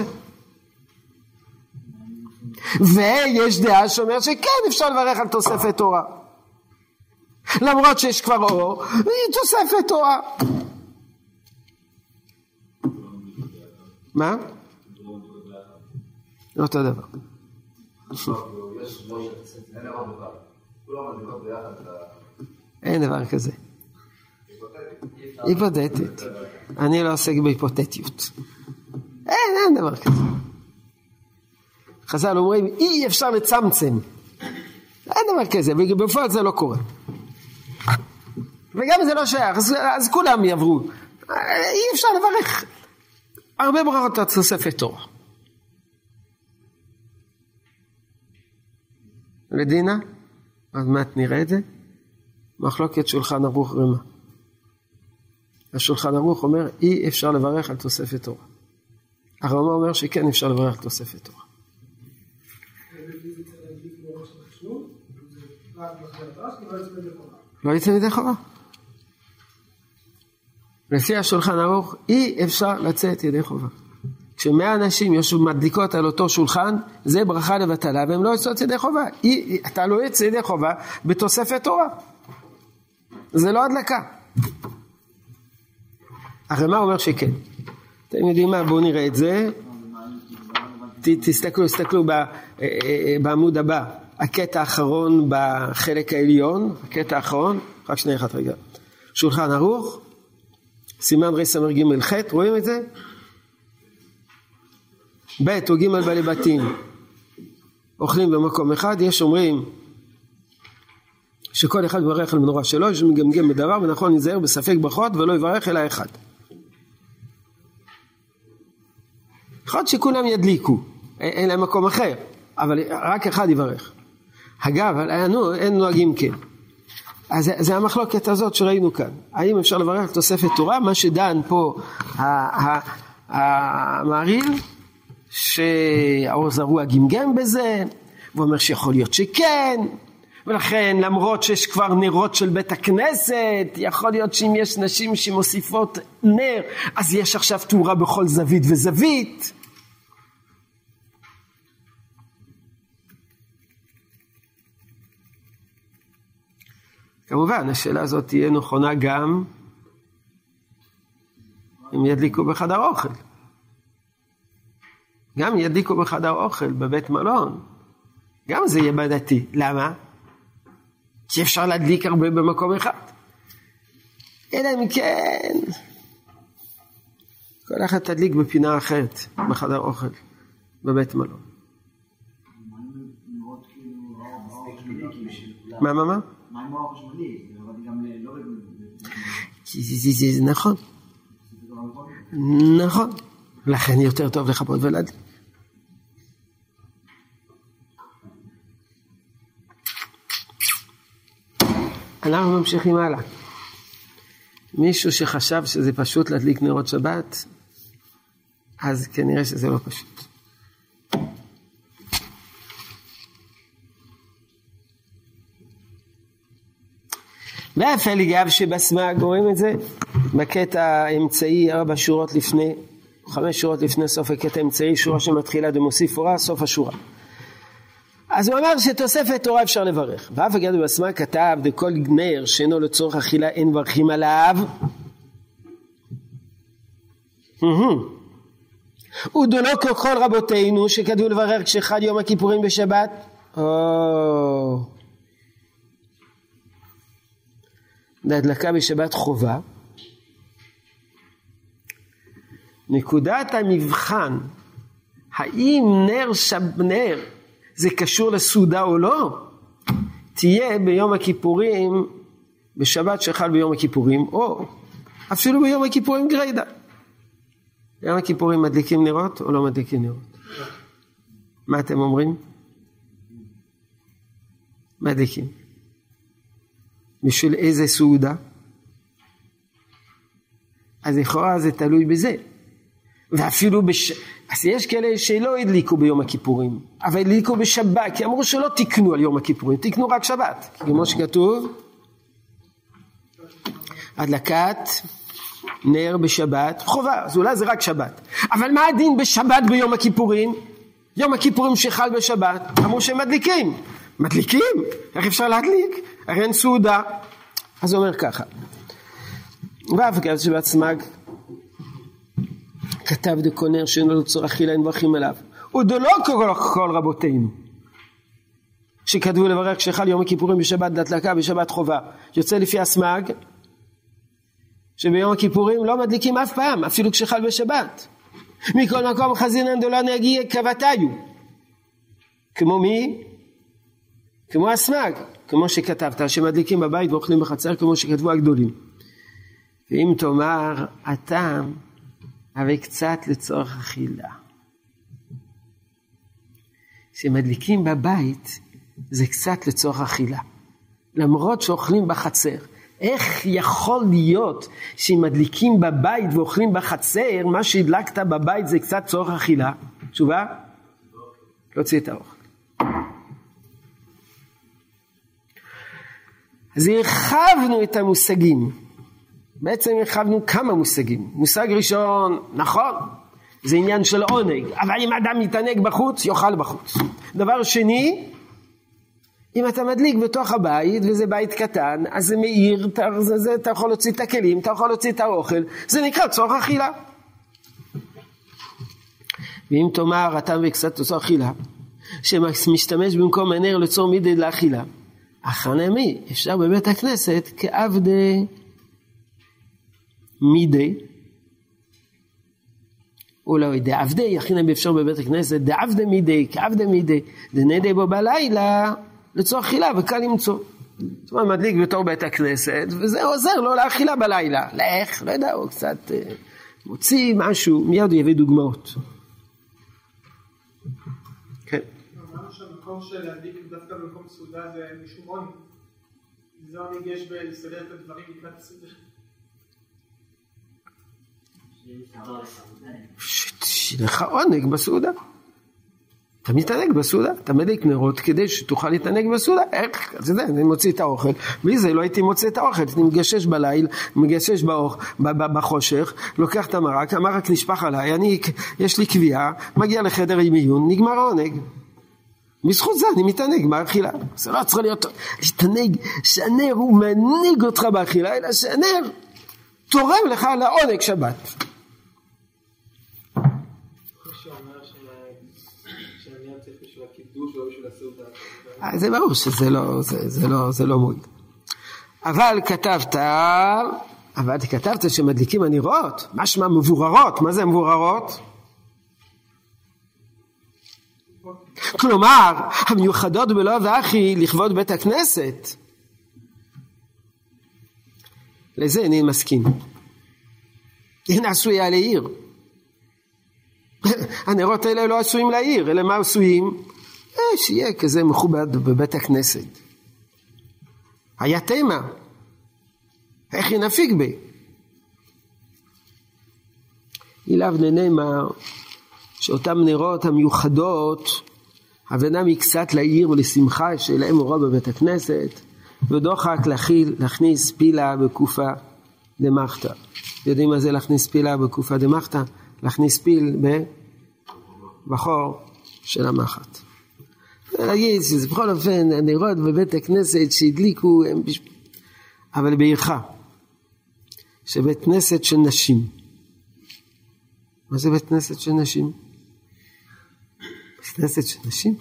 ויש דעה שאומרת שכן אפשר לברך על תוספת תורה, למרות שיש כבר אור, היא תוספת תורה. מה? אותו דבר. אין דבר כזה. היפותטית. אני לא עוסק בהיפותטיות. אין דבר כזה. חז"ל אומרים אי אפשר לצמצם. אין דבר כזה, ובפועל זה לא קורה. וגם זה לא שייך, אז כולם יעברו. אי אפשר לברך הרבה ברכות על תוספת תורה. לדינה? עוד מעט נראה את זה. מחלוקת שולחן ערוך רמה. השולחן ערוך אומר אי אפשר לברך על תוספת תורה. הרמה אומר שכן אפשר לברך על תוספת תורה. לא יצא מדי חובה. לפי השולחן ערוך אי אפשר לצאת ידי חובה. כש100 אנשים יושבים מדליקות על אותו שולחן, זה ברכה לבטלה, והם לא יוצאות ידי חובה. אתה לא יוצא ידי חובה בתוספת תורה. זה לא הדלקה. הרמה שכן. אתם יודעים מה? בואו נראה את זה. תסתכלו בעמוד הבא. הקטע האחרון בחלק העליון, הקטע האחרון, רק שנייה אחת רגע. שולחן ערוך, סימן רס"ג ח', רואים את זה? ב' או ג' בעלי בתים אוכלים במקום אחד, יש אומרים שכל אחד יברך על מנורה שלו, יש מגמגם בדבר, ונכון להיזהר בספק ברכות ולא יברך אלא אחד. יכול שכולם ידליקו, אין להם מקום אחר, אבל רק אחד יברך. אגב, אין נוהגים כן. אז זה המחלוקת הזאת שראינו כאן. האם אפשר לברך על תוספת תורה? מה שדן פה המעריל, שהאור זרוע גמגם בזה, ואומר שיכול להיות שכן, ולכן למרות שיש כבר נרות של בית הכנסת, יכול להיות שאם יש נשים שמוסיפות נר, אז יש עכשיו תאורה בכל זווית וזווית. כמובן, השאלה הזאת תהיה נכונה גם אם ידליקו בחדר אוכל. גם ידליקו בחדר אוכל בבית מלון. גם זה יהיה בדתי. למה? כי אפשר להדליק הרבה במקום אחד. אלא אם כן כל אחד תדליק בפינה אחרת בחדר אוכל בבית מלון. מה? מה עם אור חשמלי? זה נכון. נכון. לכן יותר טוב לחפות ולהדליק. אנחנו ממשיכים הלאה. מישהו שחשב שזה פשוט להדליק נרות שבת, אז כנראה שזה לא פשוט. והפלג אב שבסמ"ג, רואים את זה? בקטע האמצעי 4 שורות לפני, 5 שורות לפני סוף הקטע האמצעי, שורה שמתחילה דמוסיף הוראה, סוף השורה. אז הוא אמר שתוספת תורה אפשר לברך. ואף הגד בסמ"ג כתב, דכל נר שאינו לצורך אכילה אין מברכים עליו. ודונו ככל רבותינו שכתבו לברר כשחל יום הכיפורים בשבת. להדלקה בשבת חובה. נקודת המבחן, האם נר זה קשור לסעודה או לא, תהיה ביום הכיפורים, בשבת שחל ביום הכיפורים, או אפילו ביום הכיפורים גרידא. ביום הכיפורים מדליקים נרות או לא מדליקים נרות? מה אתם אומרים? מדליקים. בשביל איזה סעודה? אז לכאורה זה תלוי בזה. ואפילו אז יש כאלה שלא הדליקו ביום הכיפורים, אבל הדליקו בשבת, כי אמרו שלא תקנו על יום הכיפורים, תקנו רק שבת. כמו שכתוב, הדלקת נר בשבת חובה, אז אולי זה רק שבת. אבל מה הדין בשבת ביום הכיפורים? יום הכיפורים שחל בשבת, אמרו שהם מדליקים. מדליקים? איך אפשר להדליק? הרי אין סעודה. אז הוא אומר ככה, ואף כתב שבת סמג כתב דקונר שאין לו צורך אכילה אין ברכים אליו, ודלא כל רבותינו שכתבו לברך כשחל יום הכיפורים בשבת דלקה בשבת חובה, יוצא לפי הסמג שביום הכיפורים לא מדליקים אף פעם, אפילו כשחל בשבת. מכל מקום חזינן דולא נגיע כבתיו, כמו מי? כמו הסמג, כמו שכתבת שמדליקים בבית ואוכלים בחצר, כמו שכתבו הגדולים. ואם תאמר הטעם אבל קצת לצורך אכילה, שמדליקים בבית זה קצת לצורך אכילה, למרות שאוכלים בחצר. איך יכול להיות שמדליקים בבית ואוכלים בחצר, מה שהדלקת בבית זה קצת צורך אכילה? תשובה? להוציא את האוכל. אז הרחבנו את המושגים. בעצם הרחבנו כמה מושגים. מושג ראשון, נכון, זה עניין של עונג, אבל אם אדם מתענג בחוץ, יאכל בחוץ. דבר שני, אם אתה מדליק בתוך הבית, וזה בית קטן, אז זה מאיר, אתה יכול להוציא את הכלים, אתה יכול להוציא את האוכל, זה נקרא צורך אכילה. ואם תאמר, אתה וקצת צורך אכילה, שמשתמש במקום הנר לצור מידי לאכילה, אחרנמי, אפשר בבית הכנסת כעבדי מידי, או לא, דעבדי, הכי אפשר בבית הכנסת, דעבדי מידי, כעבדי מידי, דנדי בו בלילה, לצורך אכילה, וקל למצוא. זאת אומרת, מדליק בתור בית הכנסת, וזה עוזר לו לאכילה בלילה. לך, לא יודע, הוא קצת מוציא משהו, מיד הוא יביא דוגמאות. כן. אמרנו שהמקום של להדליק דווקא במקום סעודה זה משום עונג. זה עונג יש בלסדר את הדברים לקראת הסעודה. שלך עונג בסעודה. אתה מתענג בסעודה, אתה מדליק נרות כדי שתוכל להתענג בסעודה. איך? אז אני מוציא את האוכל, בלי זה לא הייתי מוציא את האוכל, אני מגשש בליל, מגשש בחושך, לוקח את המרק נשפך עליי, יש לי קביעה, מגיע לחדר עם עיון, נגמר העונג. בזכות זה אני מתענג באכילה. זה לא צריך להיות להתענג שהנר הוא מנהיג אותך באכילה, אלא שהנר תורם לך לעונג שבת. זה ברור שזה לא מועיל. אבל כתבת שמדליקים הנרות, משמע מבוררות. מה זה מבוררות? כלומר, המיוחדות בלא ואחי לכבוד בית הכנסת. לזה אני מסכים. הנה עשויה לעיר. הנרות האלה לא עשויים לעיר, אלא מה עשויים? שיהיה כזה מכובד בבית הכנסת. היה תמה. איך ינפיק בי? אליו נאמר שאותם נרות המיוחדות הבנה מקצת לעיר ולשמחה שלהם אורה בבית הכנסת, ודוחק להכניס פילה בקופה דמחתא. יודעים מה זה להכניס פילה בקופה דמחתא? להכניס פיל בחור של המחט. להגיד שזה בכל אופן הנרות בבית הכנסת שהדליקו, אבל בעירך, שבית כנסת של נשים, מה זה בית כנסת של נשים? בית כנסת של נשים?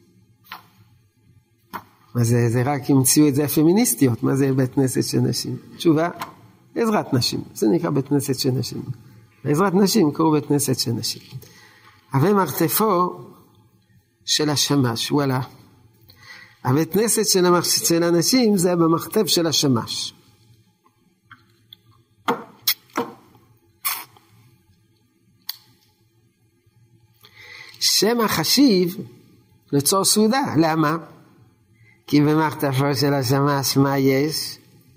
מה זה רק המציאו את זה הפמיניסטיות, מה זה בית כנסת של נשים? תשובה, עזרת נשים, זה נקרא בית כנסת של נשים. בעזרת נשים קראו בית כנסת של נשים. אבל מרתפו של השמש, וואלה. הבית כנסת של הנשים זה במרתף של השמש. שם החשיב לצור סעודה, למה? כי במרתפו של השמש מה יש?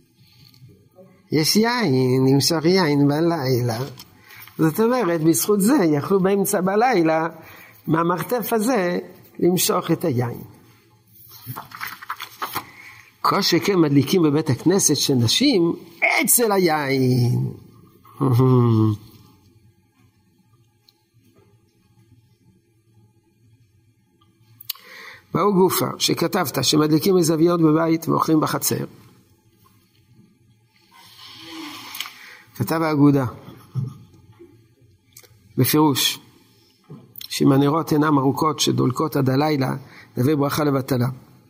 יש יין, נמשך יין בלילה. זאת אומרת, בזכות זה יכלו באמצע בלילה, מהמרתף הזה, למשוך את היין. כל שכן מדליקים בבית הכנסת של נשים, אצל היין. באו גופה, שכתבת שמדליקים מזוויות בבית ואוכלים בחצר. כתב האגודה, בפירוש, שאם הנרות אינם ארוכות שדולקות עד הלילה, נביא ברכה לבטלה.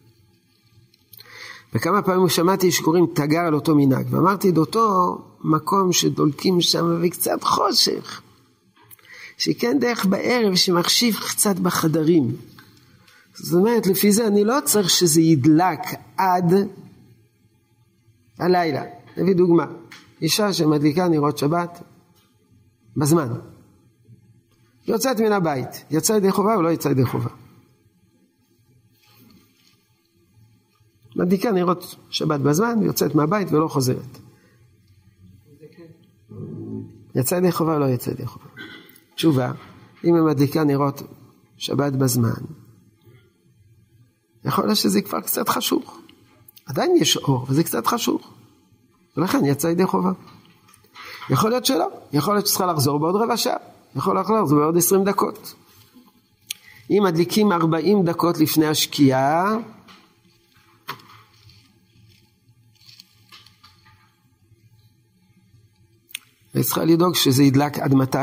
וכמה פעמים שמעתי שקוראים תגר על אותו מנהג, ואמרתי את אותו מקום שדולקים שם וקצת חושך, שכן דרך בערב שמחשיב קצת בחדרים. זאת אומרת, לפי זה אני לא צריך שזה ידלק עד הלילה. נביא דוגמה, אישה שמדליקה נרות שבת בזמן. יוצאת מן הבית, יצאה ידי חובה או לא יצאה ידי חובה? מדליקה נרות שבת בזמן, יוצאת מהבית ולא חוזרת. יצאה ידי חובה או לא יצאה ידי חובה? תשובה, אם היא מדליקה נרות שבת בזמן, יכול להיות שזה כבר קצת חשוך. עדיין יש אור, וזה קצת חשוך. ולכן יצא ידי חובה. יכול להיות שלא. יכול להיות שצריכה לחזור בעוד רבע שעה. יכול לחזור בעוד 20 דקות. אם מדליקים 40 דקות לפני השקיעה, צריכה לדאוג שזה ידלק עד מתי?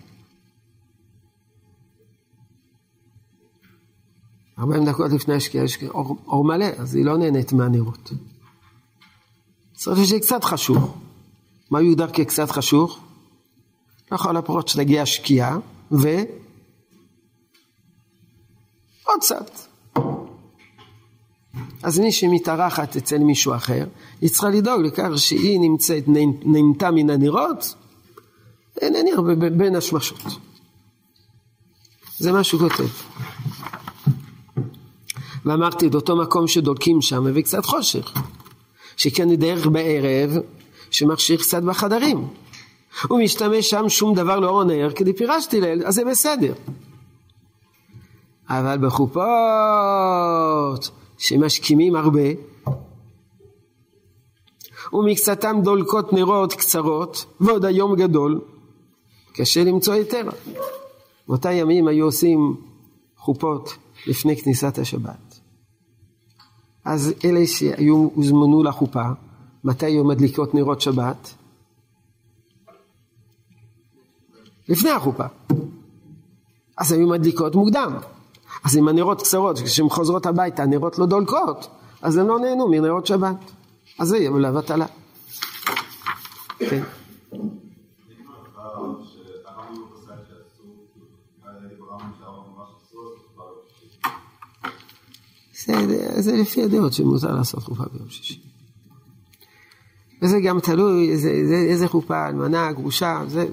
40 דקות לפני השקיעה יש אור מלא, אז היא לא נהנית מהנרות. צריך שיהיה קצת חשוך. מה יוגדר כקצת חשוך? לכל הפרות שתגיע השקיעה, ועוד קצת. אז מי שמתארחת אצל מישהו אחר, היא צריכה לדאוג לכך שהיא נמצאת, נהנתה מן הנרות, אינני הרבה בין השמשות. זה מה שהוא כותב. ואמרתי את אותו מקום שדולקים שם וקצת חושך, שכן דרך בערב שמכשיר קצת בחדרים, הוא משתמש שם שום דבר לא עונר כדי פירשתי ליל, אז זה בסדר. אבל בחופות שמשכימים הרבה ומקצתם דולקות נרות קצרות ועוד היום גדול, קשה למצוא יותר. באותה ימים היו עושים חופות לפני כניסת השבת. אז אלה שהיו הוזמנו לחופה, מתי היו מדליקות נרות שבת? לפני החופה. אז היו מדליקות מוקדם. אז אם הנרות קצרות, כשהן חוזרות הביתה, הנרות לא דולקות, אז הם לא נהנו מנרות שבת. אז זה יהיה לבטלה. כן. זה לפי הדעות שמותר לעשות חופה ביום שישי. וזה גם תלוי איזה חופה, אלמנה, גרושה, זה.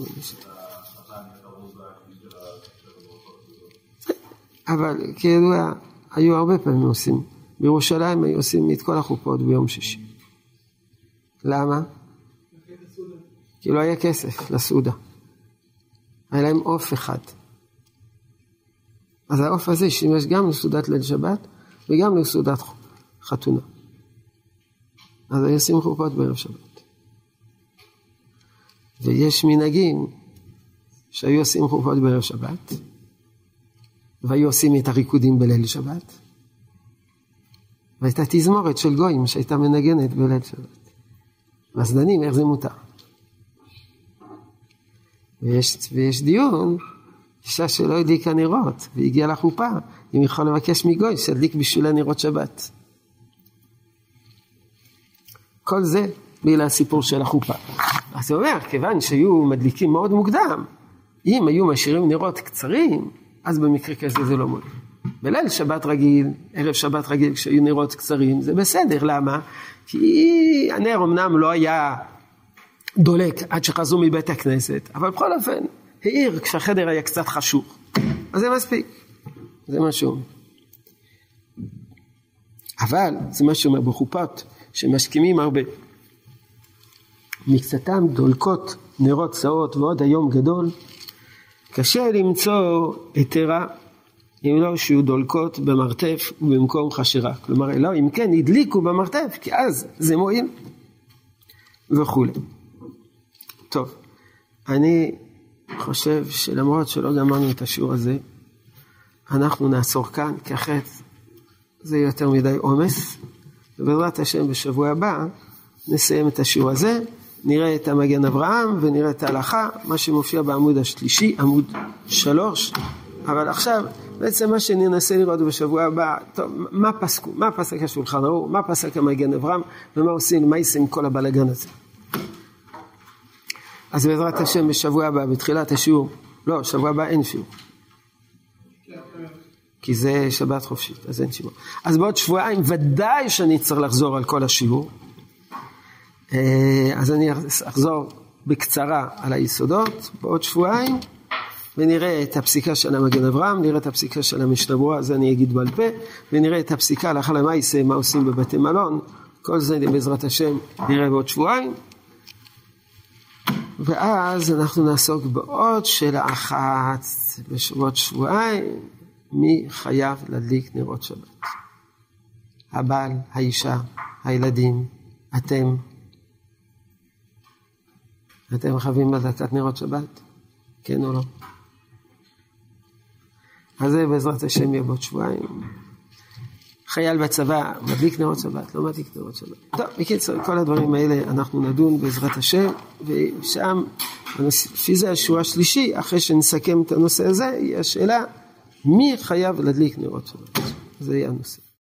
אבל כידוע, היו הרבה פעמים עושים. בירושלים היו עושים את כל החופות ביום שישי. למה? כי לא היה כסף לסעודה. היה להם עוף אחד. אז העוף הזה שימש גם לסעודת ליל שבת, וגם לסעודת חתונה. אז היו עושים חופות בערב שבת. ויש מנהגים שהיו עושים חופות בערב שבת, והיו עושים את הריקודים בליל שבת, והייתה תזמורת של גויים שהייתה מנגנת בליל שבת. אז דנים איך זה מותר. ויש דיון, אישה שלא הדליקה נרות, והגיעה לחופה, אם יכול לבקש מגוי, שידליק בשבילה נרות שבת. כל זה בגלל הסיפור של החופה. אז זה אומר, כיוון שהיו מדליקים מאוד מוקדם, אם היו משאירים נרות קצרים, אז במקרה כזה זה לא מועיל. בליל שבת רגיל, ערב שבת רגיל, כשהיו נרות קצרים, זה בסדר. למה? כי הנר אמנם לא היה דולק עד שחזרו מבית הכנסת, אבל בכל אופן, העיר כשהחדר היה קצת חשוך. אז זה מספיק. זה מה שהוא אומר. אבל, זה מה שהוא אומר בחופות, שמשכימים הרבה. מקצתם דולקות נרות צעות ועוד היום גדול, קשה למצוא היתרה, אם לא שיהיו דולקות במרתף ובמקום חשרה. כלומר, לא, אם כן, הדליקו במרתף, כי אז זה מועיל וכו'. טוב, אני חושב שלמרות שלא גמרנו את השיעור הזה, אנחנו נעצור כאן, כי אחרת זה יותר מדי עומס, ובעזרת השם בשבוע הבא נסיים את השיעור הזה, נראה את המגן אברהם ונראה את ההלכה, מה שמופיע בעמוד השלישי, עמוד 3, אבל עכשיו בעצם מה שננסה לראות בשבוע הבא, טוב, מה פסקו, מה פסק השולחן ערוך, מה פסק המגן אברהם, ומה עושים, מה עושים כל הבלגן הזה. אז בעזרת השם בשבוע הבא, בתחילת השיעור, לא, שבוע הבא אין שיעור. כי זה שבת חופשית, אז אין שיעור. אז בעוד שבועיים ודאי שאני צריך לחזור על כל השיעור. אז אני אחזור בקצרה על היסודות בעוד שבועיים, ונראה את הפסיקה של המגן אברהם, נראה את הפסיקה של המשנה ברורה, אז אני אגיד בעל פה, ונראה את הפסיקה הלכה למעשה, מה עושים בבתי מלון, כל זה בעזרת השם נראה בעוד שבועיים. ואז אנחנו נעסוק בעוד שאלה אחת, בשבועות שבועיים, מי חייב להדליק נרות שבת? הבעל, האישה, הילדים, אתם חייבים להדלקת נרות שבת? כן או לא? אז זה בעזרת השם יהיה בעוד שבועיים. חייל בצבא, מדליק נרות שבת, לא מדליק נרות שבת. טוב, בקיצור, כל הדברים האלה אנחנו נדון בעזרת השם, ושם, לפי זה השיעור השלישי, אחרי שנסכם את הנושא הזה, היא השאלה, מי חייב להדליק נרות שבת? זה יהיה הנושא.